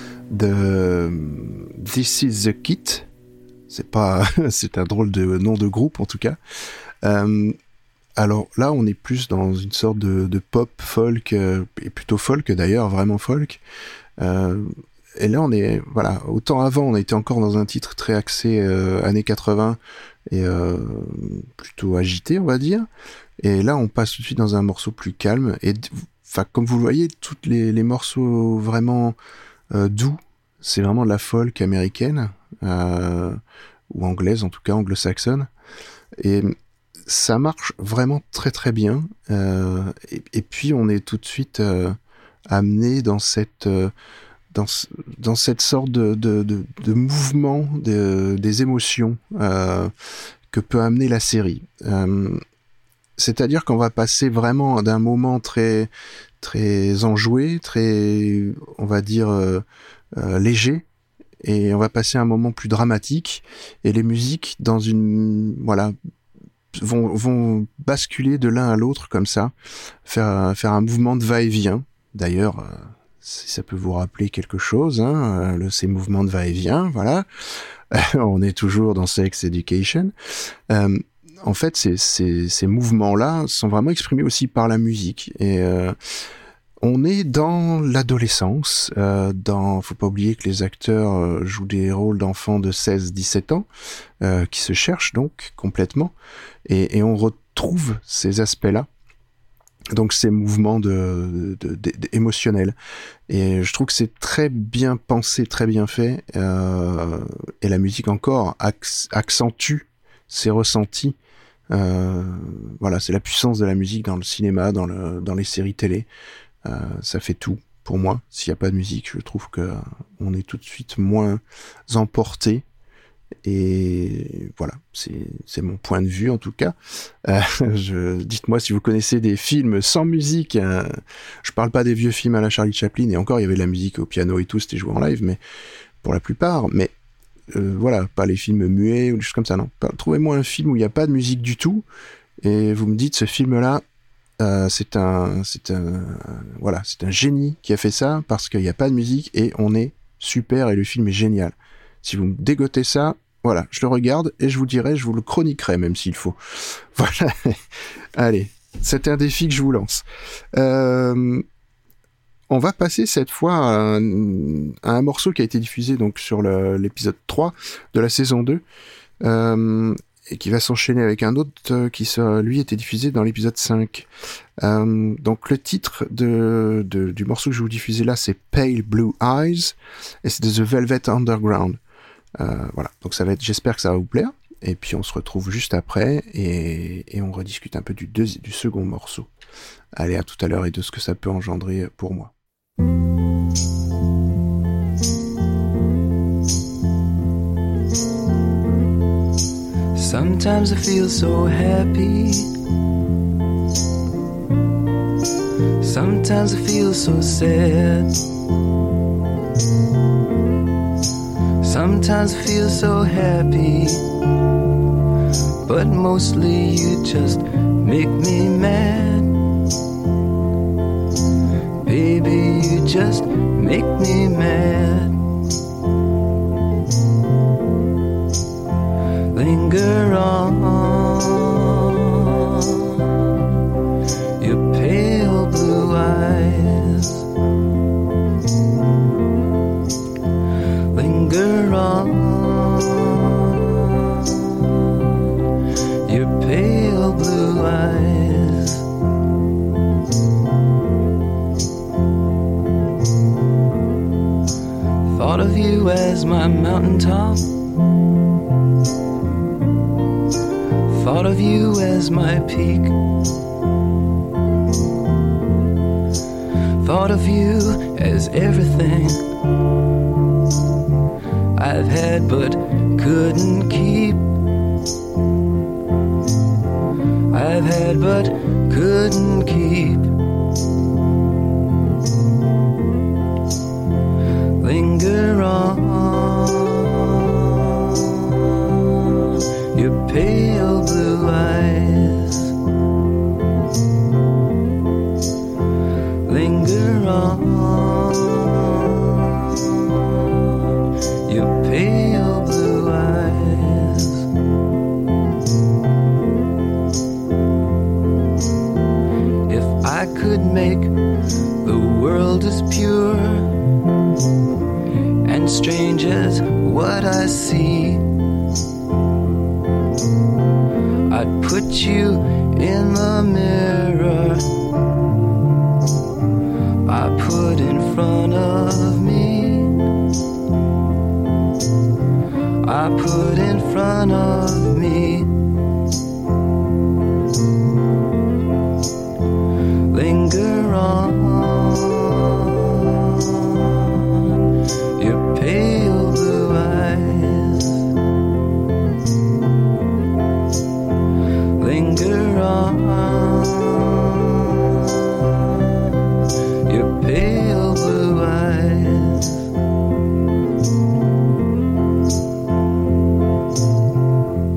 de This Is The Kit. C'est pas, c'est un drôle de nom de groupe en tout cas. Euh, alors là, on est plus dans une sorte de, de pop folk, euh, et plutôt folk d'ailleurs, vraiment folk. Euh, et là, on est, voilà, autant avant, on était encore dans un titre très axé euh, années quatre-vingts et euh, plutôt agité, on va dire. Et là, on passe tout de suite dans un morceau plus calme. Et enfin, comme vous le voyez, tous les, les morceaux vraiment euh, doux, c'est vraiment de la folk américaine, euh, ou anglaise, en tout cas anglo-saxonne. Et ça marche vraiment très très bien. Euh, et, et puis, on est tout de suite euh, amené dans cette... Euh, Dans, dans cette sorte de, de, de, de mouvement de, des émotions euh, que peut amener la série. Euh, c'est-à-dire qu'on va passer vraiment d'un moment très, très enjoué, très, on va dire, euh, euh, léger, et on va passer à un moment plus dramatique, et les musiques, dans une, voilà, vont, vont basculer de l'un à l'autre comme ça, faire, faire un mouvement de va-et-vient. D'ailleurs, euh, si ça peut vous rappeler quelque chose, hein, le, ces mouvements de va-et-vient, voilà. On est toujours dans Sex Education. Euh, en fait, ces, ces, ces mouvements-là sont vraiment exprimés aussi par la musique. Et euh, on est dans l'adolescence. Euh, dans, faut pas oublier que les acteurs euh, jouent des rôles d'enfants de seize à dix-sept ans, euh, qui se cherchent donc complètement. Et, et on retrouve trouve ces aspects-là. Donc ces mouvements de, de, de, de émotionnels. Et je trouve que c'est très bien pensé, très bien fait. Euh, et la musique encore acc- accentue ces ressentis. Euh, voilà, c'est la puissance de la musique dans le cinéma, dans, le, dans les séries télé. Euh, ça fait tout pour moi. S'il n'y a pas de musique, je trouve que on est tout de suite moins emporté. Et voilà, c'est, c'est mon point de vue en tout cas. Euh, je, dites-moi si vous connaissez des films sans musique. Euh, je parle pas des vieux films à la Charlie Chaplin, et encore il y avait de la musique au piano et tout, c'était joué en live, mais pour la plupart. Mais euh, voilà, pas les films muets ou des choses comme ça, non. Trouvez-moi un film où il n'y a pas de musique du tout, et vous me dites ce film-là, euh, c'est un, c'est un, voilà, c'est un génie qui a fait ça parce qu'il n'y a pas de musique et on est super et le film est génial. Si vous me dégotez ça, voilà, je le regarde et je vous dirai, je vous le chroniquerai même s'il faut. Voilà. Allez, c'est un défi que je vous lance. Euh, on va passer cette fois à un, à un morceau qui a été diffusé donc sur le, l'épisode trois de la saison deux euh, et qui va s'enchaîner avec un autre qui, sera, lui, était diffusé dans l'épisode cinq. Euh, donc le titre de, de, du morceau que je vais vous diffuser là, c'est Pale Blue Eyes et c'est de The Velvet Underground. Euh, voilà, donc ça va être, j'espère que ça va vous plaire, et puis on se retrouve juste après, et, et on rediscute un peu du, deuxi- du second morceau. Allez, à tout à l'heure, et de ce que ça peut engendrer pour moi. Sometimes I feel so happy. Sometimes I feel so sad. Sometimes I feel so happy, but mostly you just make me mad. Baby, you just make me mad. Linger on, your pale blue eyes. Linger on, your pale blue eyes. Thought of you as my mountaintop. Thought of you as my peak. Thought of you as everything I've had but couldn't keep. I've had but couldn't keep. Linger on, your pale blue eyes. Linger on, your pale blue eyes. If I could make the world as pure and strange as what I see, I'd put you in the mirror I put in front of me. I put in front of me. Linger on, your pale blue eyes. Linger on, your pale blue eyes.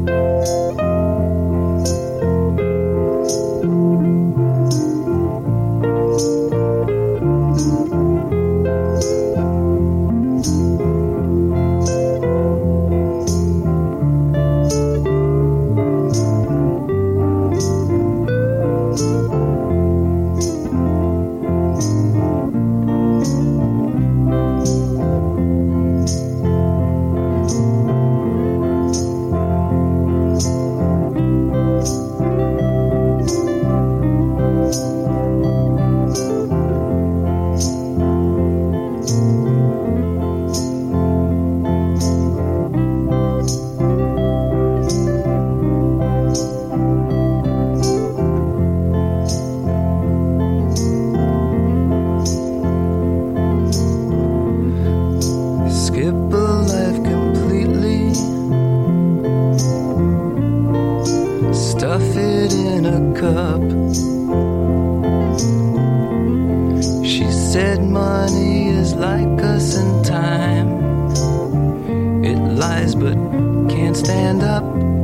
She said money is like us in time. It lies but can't stand up.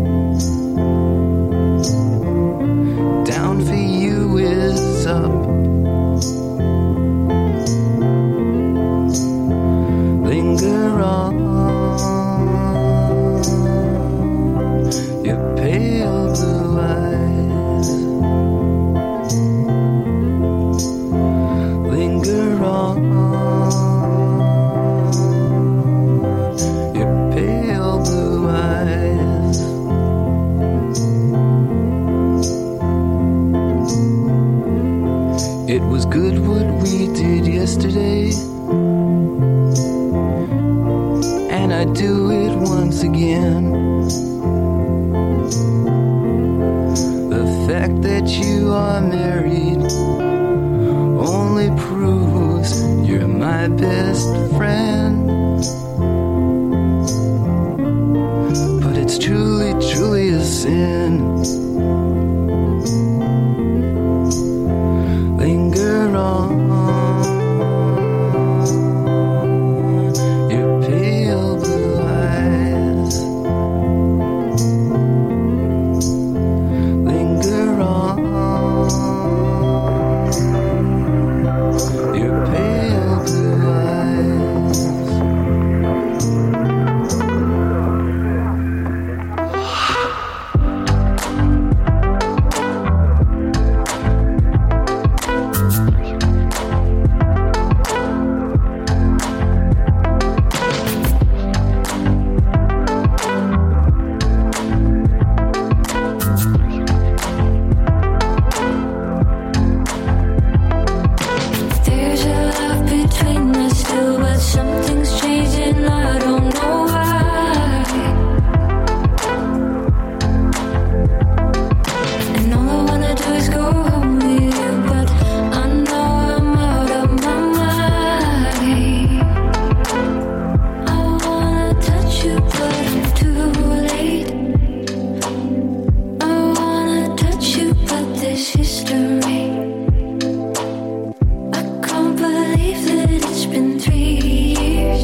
Down for you is up. Linger on, your pale blue eyes. Linger on, your pale blue eyes. It was good what we did yesterday, and I'd do it once again. The fact that you are married only proves you're my best friend. But it's truly, truly a sin. Linger on, your pale blue eyes. Linger on, your pale blue eyes. There's a love between us still, but something's changing, I don't know why. And all I wanna do is go home with you, but I know I'm out of my mind. I wanna touch you, but I'm too late. I wanna touch you, but there's history. I can't believe that it's been three years.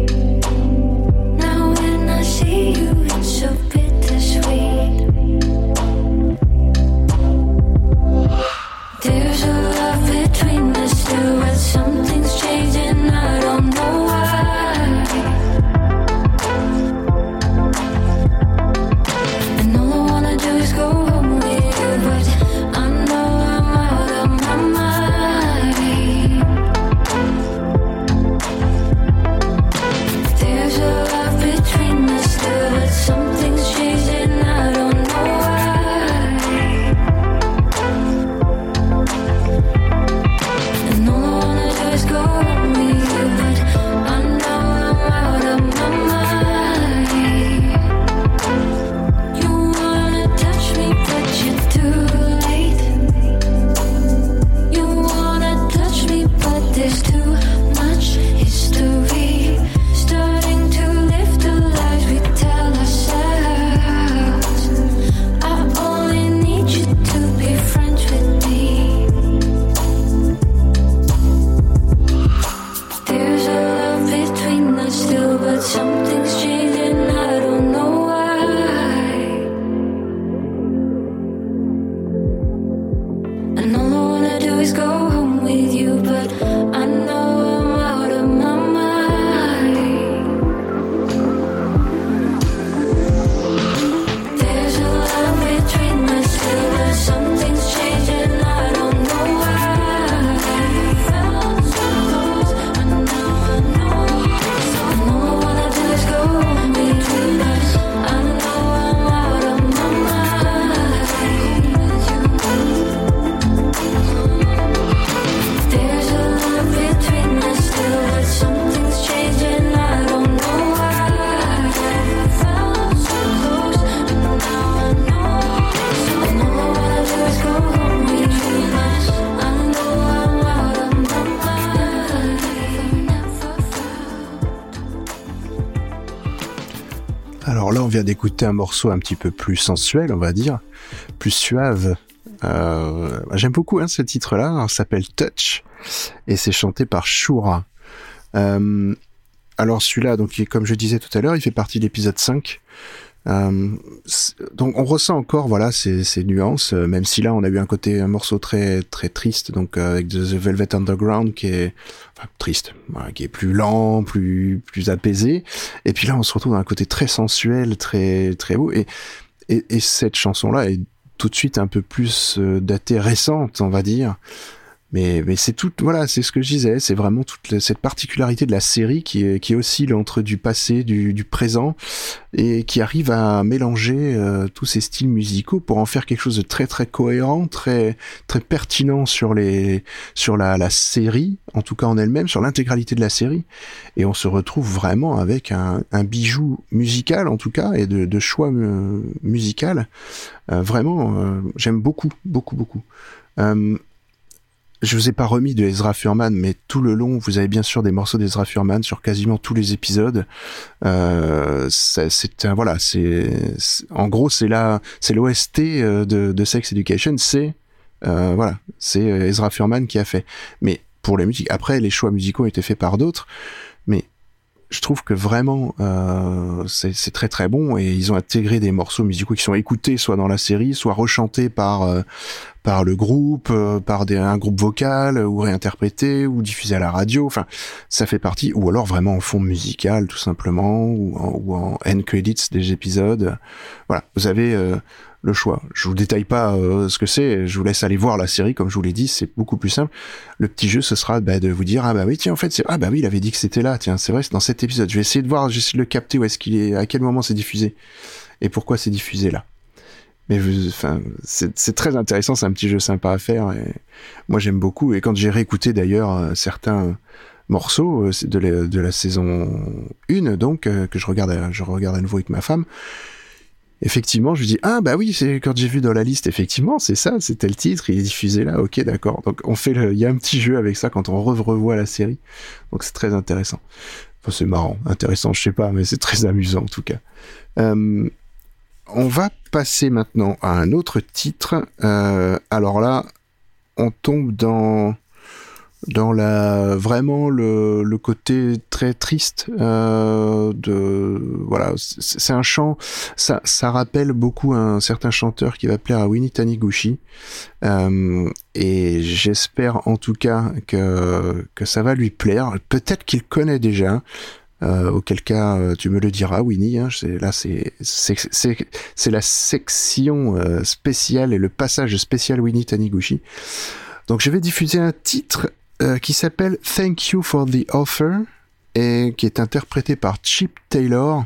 Now when I see you, it's so bittersweet. There's a love between us still, but something's changing, I don't know why. And all I wanna do is go home with you, but I know I'm out of my mind. There's a love between us still, but something's changing, I don't know why. And all I wanna do is go home with you, but I know I'm out of my mind. You wanna touch me, but you're too late. You wanna touch me, but there's too much history. Starting to live the lies we tell ourselves. I only need you to be friends with me. There's a love between us still, but something's changing, I don't know why. And all I wanna do is go home with you, but I know I'm out of my mind. There's a love between us still, but something's changing, I don't know why. Felt so close, and now I know. And all I wanna do is go home with you, but I know I'm out of my mind. There's a love between us still, but something's changing, I don't know why. Felt so close, and now I know. And all I wanna do is go home with you, but I know I'm out of my mind. Never felt. Alors là, on vient d'écouter un morceau un petit peu plus sensuel, on va dire, plus suave, Euh, j'aime beaucoup hein, ce titre-là. Alors, ça s'appelle Touch et c'est chanté par Shura. Euh, alors celui-là, donc comme je disais tout à l'heure, il fait partie de l'épisode cinq. Euh, donc on ressent encore voilà ces, ces nuances, euh, même si là on a eu un côté un morceau très très triste, donc euh, avec The Velvet Underground qui est enfin, triste, voilà, qui est plus lent, plus plus apaisé. Et puis là on se retrouve dans un côté très sensuel, très très beau. Et et, et cette chanson-là est tout de suite un peu plus euh, datée, récente, on va dire. Mais, mais c'est tout, voilà, c'est ce que je disais, c'est vraiment toute la, cette particularité de la série qui, est, qui oscille entre du passé, du, du présent, et qui arrive à mélanger euh, tous ces styles musicaux pour en faire quelque chose de très très cohérent, très très pertinent sur les sur la, la série, en tout cas en elle-même, sur l'intégralité de la série. Et on se retrouve vraiment avec un, un bijou musical, en tout cas, et de, de choix euh, musical. Euh, vraiment, euh, j'aime beaucoup, beaucoup, beaucoup. Euh, Je vous ai pas remis de Ezra Furman, mais tout le long, vous avez bien sûr des morceaux d'Ezra Furman sur quasiment tous les épisodes. Euh, c'est, c'est un, voilà, c'est, c'est, en gros, c'est la, c'est l'O S T de, de Sex Education, c'est, euh, voilà, c'est Ezra Furman qui a fait. Mais pour les musiques, après, les choix musicaux ont été faits par d'autres, mais je trouve que vraiment euh, c'est, c'est très très bon et ils ont intégré des morceaux musicaux qui sont écoutés soit dans la série, soit rechantés par euh, par le groupe, euh, par des, un groupe vocal ou réinterprétés ou diffusés à la radio. Enfin, ça fait partie, ou alors vraiment en fond musical tout simplement, ou en, ou en end credits des épisodes. Voilà, vous avez euh, le choix. Je vous détaille pas euh, ce que c'est, je vous laisse aller voir la série, comme je vous l'ai dit, c'est beaucoup plus simple. Le petit jeu, ce sera bah, de vous dire, ah bah oui, tiens, en fait, c'est, ah bah oui, il avait dit que c'était là, tiens, c'est vrai, c'est dans cet épisode. Je vais essayer de voir, j'essaie de le capter, où est-ce qu'il est, à quel moment c'est diffusé, et pourquoi c'est diffusé là. Mais enfin, c'est, c'est très intéressant, c'est un petit jeu sympa à faire, et moi j'aime beaucoup, et quand j'ai réécouté d'ailleurs certains morceaux de la, de la saison un, donc, que je regarde, à, je regarde à nouveau avec ma femme, effectivement, je lui dis, ah bah oui, c'est quand j'ai vu dans la liste, effectivement, c'est ça, c'était le titre, il est diffusé là, ok, d'accord. Donc on fait le, il y a un petit jeu avec ça quand on re- revoit la série, donc c'est très intéressant. Enfin, c'est marrant, intéressant, je sais pas, mais c'est très amusant en tout cas. Euh, on va passer maintenant à un autre titre. Euh, alors là, on tombe dans dans la vraiment le, le côté très triste euh, de voilà, c'est, c'est un chant, ça ça rappelle beaucoup un certain chanteur qui va plaire à Winnie Taniguchi, euh, et j'espère en tout cas que que ça va lui plaire. Peut-être qu'il connaît déjà. Euh, auquel cas euh, tu me le diras, Winnie, hein, c'est, là c'est, c'est, c'est, c'est la section euh, spéciale et le passage spécial Winnie Taniguchi. Donc je vais diffuser un titre euh, qui s'appelle Thank You for the Offer et qui est interprété par Chip Taylor.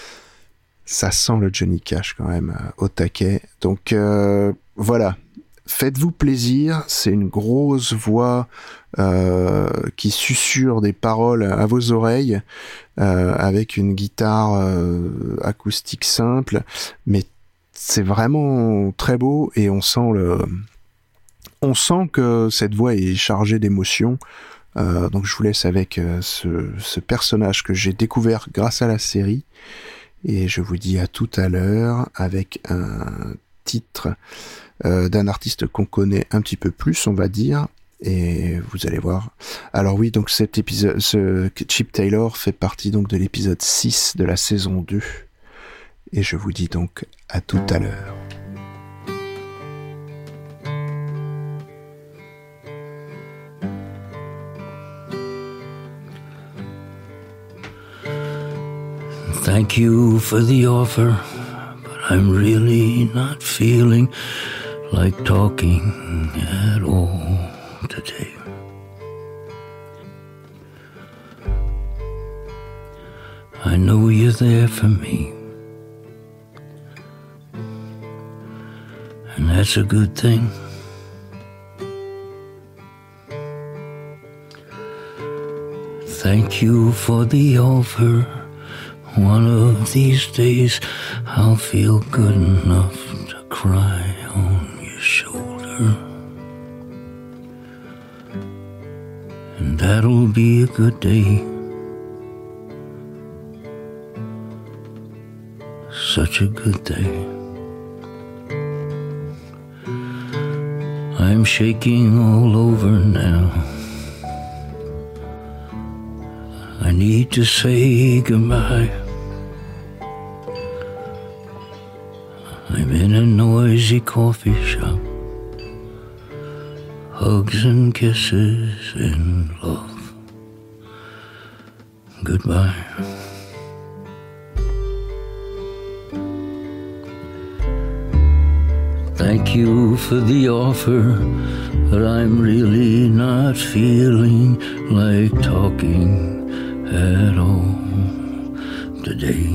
Ça sent le Johnny Cash quand même euh, au taquet. Donc euh, voilà, faites-vous plaisir, c'est une grosse voix euh, qui susurre des paroles à vos oreilles, euh, avec une guitare euh, acoustique simple, mais c'est vraiment très beau et on sent le, on sent que cette voix est chargée d'émotions. Euh, donc je vous laisse avec euh, ce, ce personnage que j'ai découvert grâce à la série et je vous dis à tout à l'heure avec un titre Euh, d'un artiste qu'on connaît un petit peu plus, on va dire, et vous allez voir. Alors oui, donc cet épisode, ce Chip Taylor fait partie donc de l'épisode six de la saison deux, et je vous dis donc à tout à l'heure. Thank you for the offer, but I'm really not feeling like talking at all today. I know you're there for me, and that's a good thing. Thank you for the offer. One of these days I'll feel good enough to cry on your shoulder, and that'll be a good day. Such a good day. I'm shaking all over now. I need to say goodbye. I'm in a noisy coffee shop. Hugs and kisses and love. Goodbye. Thank you for the offer, but I'm really not feeling like talking at all today.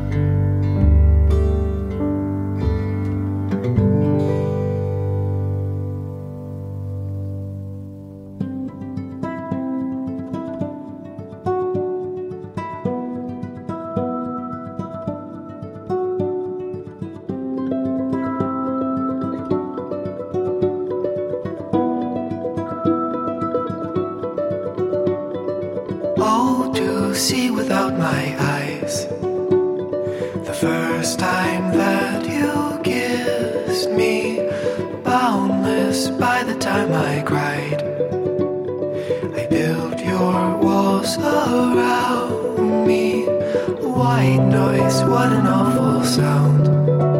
See without my eyes, the first time that you kissed me, boundless by the time I cried. I built your walls around me, white noise, what an awful sound.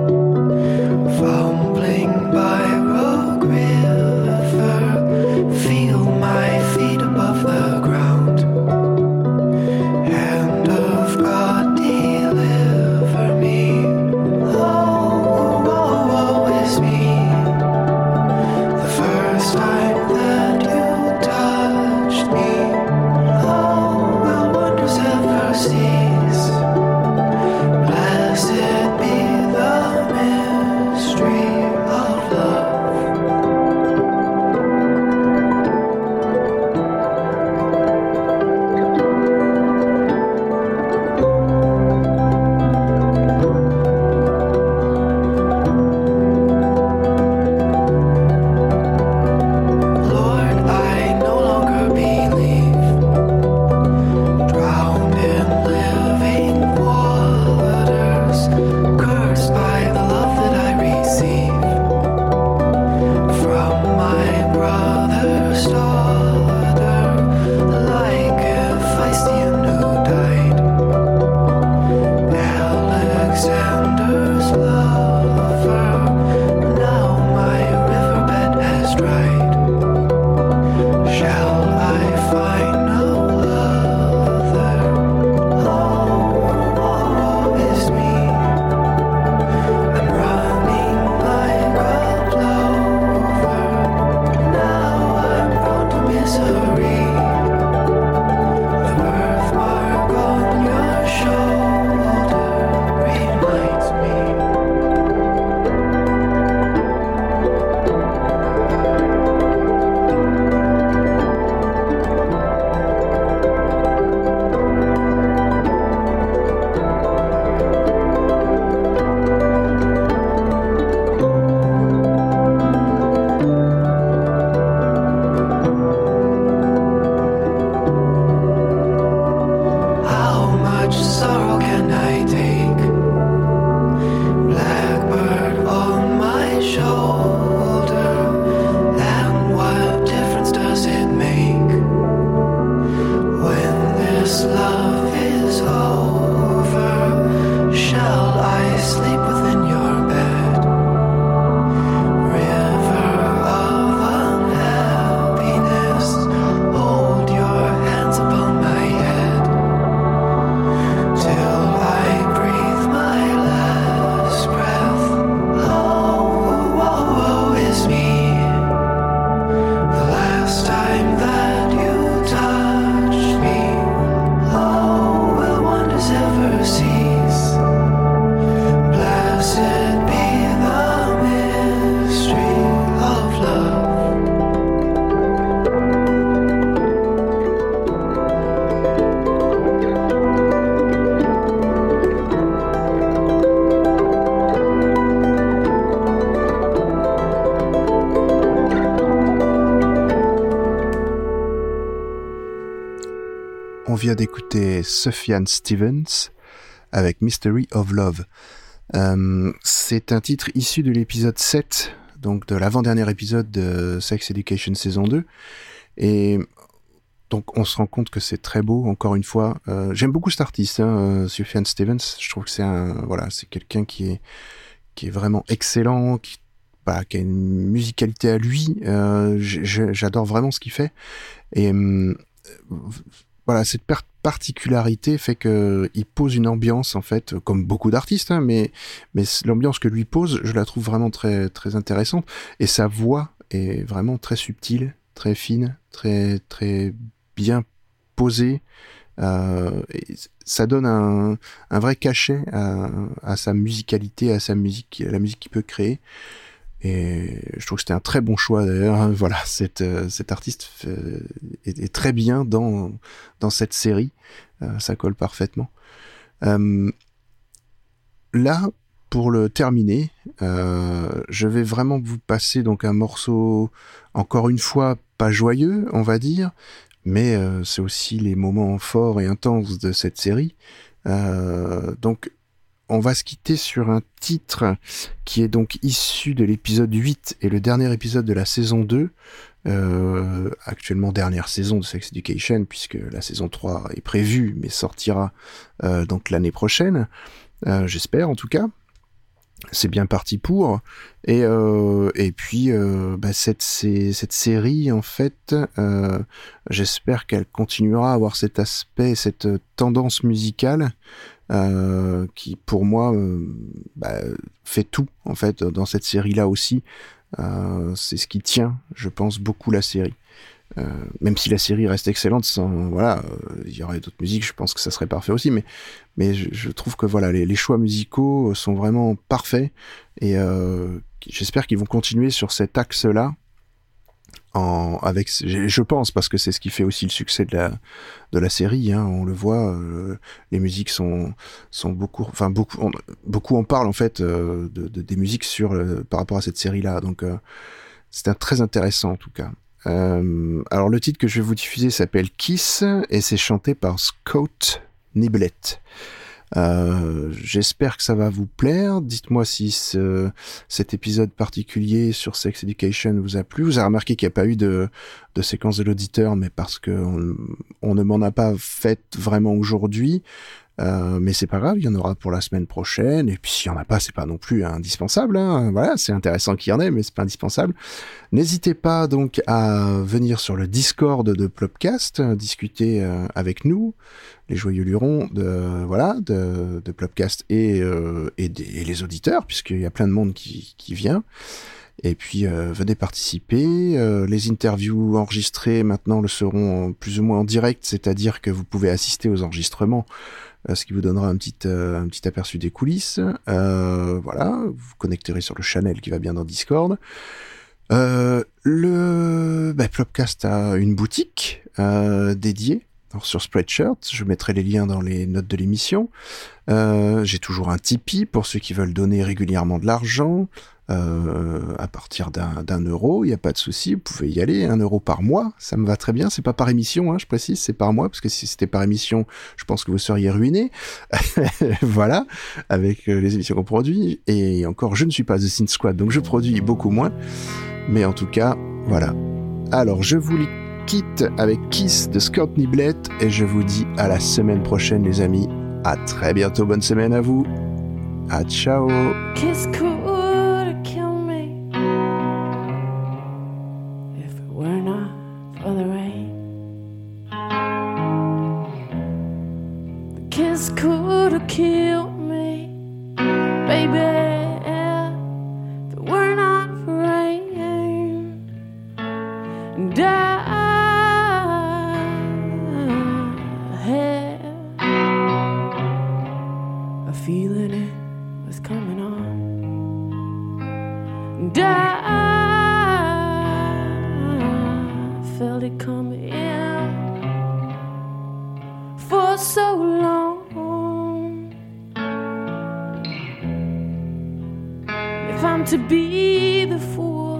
Fumbling by Rogue River, feel my feet above the ground. On vient d'écouter Sufjan Stevens avec Mystery of Love. Euh, c'est un titre issu de l'épisode sept donc de l'avant-dernier épisode de Sex Education saison deux. Et donc on se rend compte que c'est très beau, encore une fois. Euh, j'aime beaucoup cet artiste, hein, Sufjan Stevens. Je trouve que c'est un, voilà, c'est quelqu'un qui est, qui est vraiment excellent, qui, bah, qui a une musicalité à lui. Euh, j'adore vraiment ce qu'il fait. Et euh, voilà, cette per- particularité fait que il pose une ambiance, en fait, comme beaucoup d'artistes, hein, mais, mais l'ambiance que lui pose, je la trouve vraiment très, très intéressante. Et sa voix est vraiment très subtile, très fine, très, très bien posée. Euh, et ça donne un, un vrai cachet à, à sa musicalité, à sa musique, à la musique qu'il peut créer. Et je trouve que c'était un très bon choix d'ailleurs. Voilà, cette, euh, cet artiste euh, est, est très bien dans, dans cette série. Euh, ça colle parfaitement. Euh, là, pour le terminer, euh, je vais vraiment vous passer donc un morceau, encore une fois, pas joyeux, on va dire, mais euh, c'est aussi les moments forts et intenses de cette série. Euh, donc, on va se quitter sur un titre qui est donc issu de l'épisode huit et le dernier épisode de la saison deux, euh, actuellement dernière saison de Sex Education, puisque la saison trois est prévue, mais sortira euh, donc l'année prochaine, euh, j'espère en tout cas. C'est bien parti pour. Et, euh, et puis, euh, bah, cette, c'est, cette série, en fait, euh, j'espère qu'elle continuera à avoir cet aspect, cette tendance musicale euh, qui, pour moi, euh, bah, fait tout, en fait, dans cette série-là aussi. Euh, c'est ce qui tient, je pense, beaucoup la série. Euh, même si la série reste excellente, sans, voilà, il euh, y aurait d'autres musiques, je pense que ça serait parfait aussi, mais, mais je, je trouve que voilà, les, les choix musicaux sont vraiment parfaits, et euh, j'espère qu'ils vont continuer sur cet axe-là, en, avec, je pense, parce que c'est ce qui fait aussi le succès de la, de la série, hein, on le voit, euh, les musiques sont, sont beaucoup, enfin beaucoup, on, beaucoup en parlent en fait euh, de, de, des musiques sur, euh, par rapport à cette série-là, donc euh, c'est un, très intéressant en tout cas. Euh, alors le titre que je vais vous diffuser s'appelle Kiss et c'est chanté par Scott Niblett. Euh, j'espère que ça va vous plaire. Dites-moi si ce, cet épisode particulier sur Sex Education vous a plu. Vous avez remarqué qu'il n'y a pas eu de, de séquence de l'auditeur, mais parce que on, on ne m'en a pas fait vraiment aujourd'hui. Euh, mais c'est pas grave, il y en aura pour la semaine prochaine, et puis s'il y en a pas, c'est pas non plus indispensable, hein. Voilà, c'est intéressant qu'il y en ait, mais c'est pas indispensable. N'hésitez pas donc à venir sur le Discord de Plopcast, discuter euh, avec nous, les joyeux lurons de, voilà, de, de Plopcast et, euh, et, des, et les auditeurs, puisqu'il y a plein de monde qui, qui vient. Et puis euh, venez participer. Euh, les interviews enregistrées maintenant le seront plus ou moins en direct, c'est-à-dire que vous pouvez assister aux enregistrements, euh, ce qui vous donnera un petit euh, un petit aperçu des coulisses. Euh, voilà, vous vous connecterez sur le channel qui va bien dans Discord. Euh, le bah, Plopcast a une boutique euh, dédiée. Alors, sur Spreadshirt, je mettrai les liens dans les notes de l'émission. Euh, j'ai toujours un Tipeee pour ceux qui veulent donner régulièrement de l'argent. Euh, à partir d'un, d'un euro, il n'y a pas de souci, vous pouvez y aller, un euro par mois, ça me va très bien, c'est pas par émission, hein, je précise, c'est par mois, parce que si c'était par émission, je pense que vous seriez ruinés. Voilà, avec euh, les émissions qu'on produit, et encore, je ne suis pas The Synth Squad, donc je produis beaucoup moins, mais en tout cas, voilà. Alors, je vous quitte avec Kiss de Scott Niblett, et je vous dis à la semaine prochaine, les amis. À très bientôt, bonne semaine à vous. À ciao. Kiss could kill me if it were not for the rain. The kiss could have killed me, baby, if it were not for rain. And I had a feeling it was coming on. And I felt it coming for so long. If I'm to be the fool,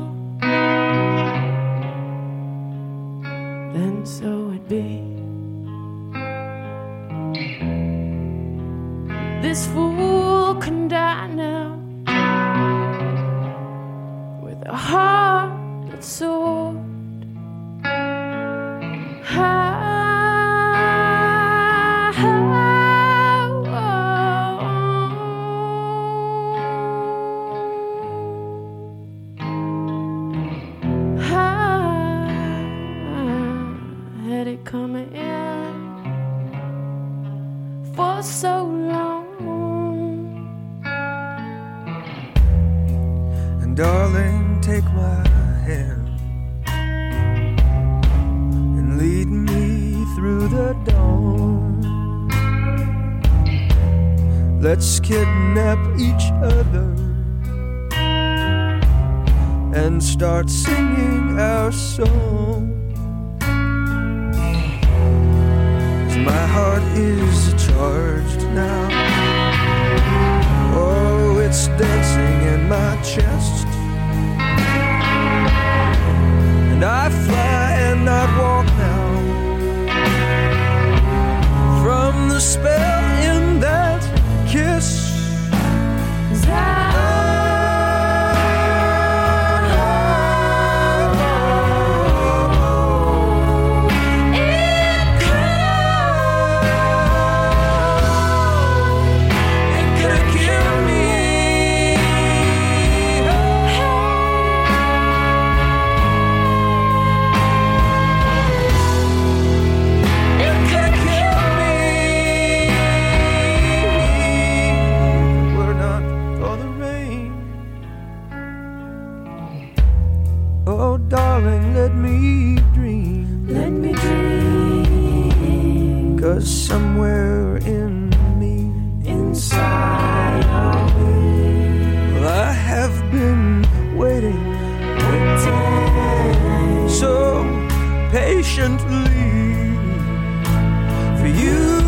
then so it be. This fool can die now with a come in for so long. And darling, take my hand and lead me through the dawn. Let's kidnap each other and start singing our song. 'Cause my heart is charged now. Oh, it's dancing in my chest. And I fly and I walk now from the spell in that kiss. Let me dream. Let me dream. 'Cause somewhere in me, inside of me, well, I have been waiting, waiting so patiently for you.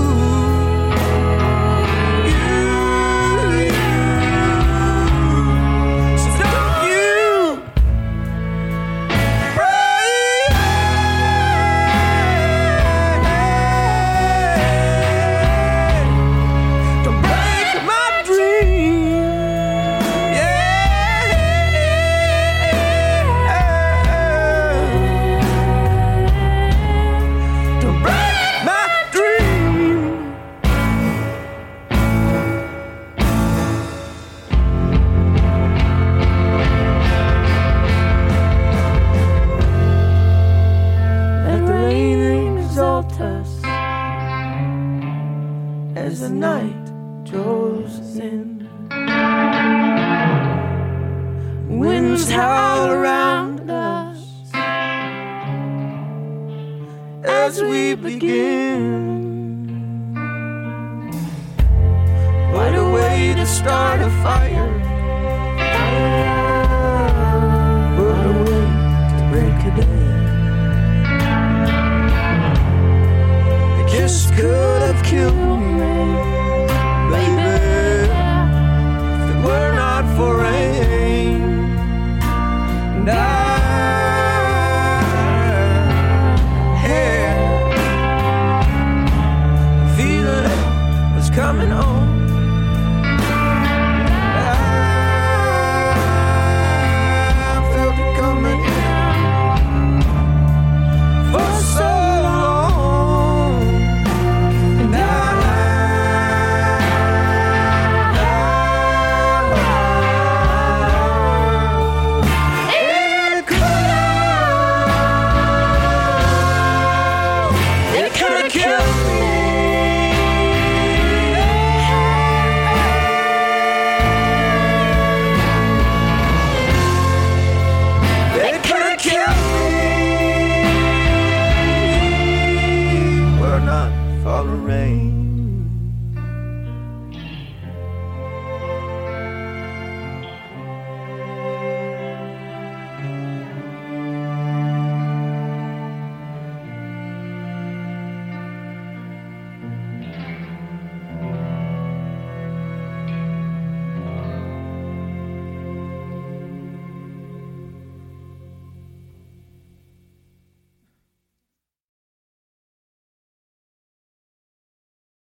As the night draws in, winds howl around us as we begin. What a way to start a fire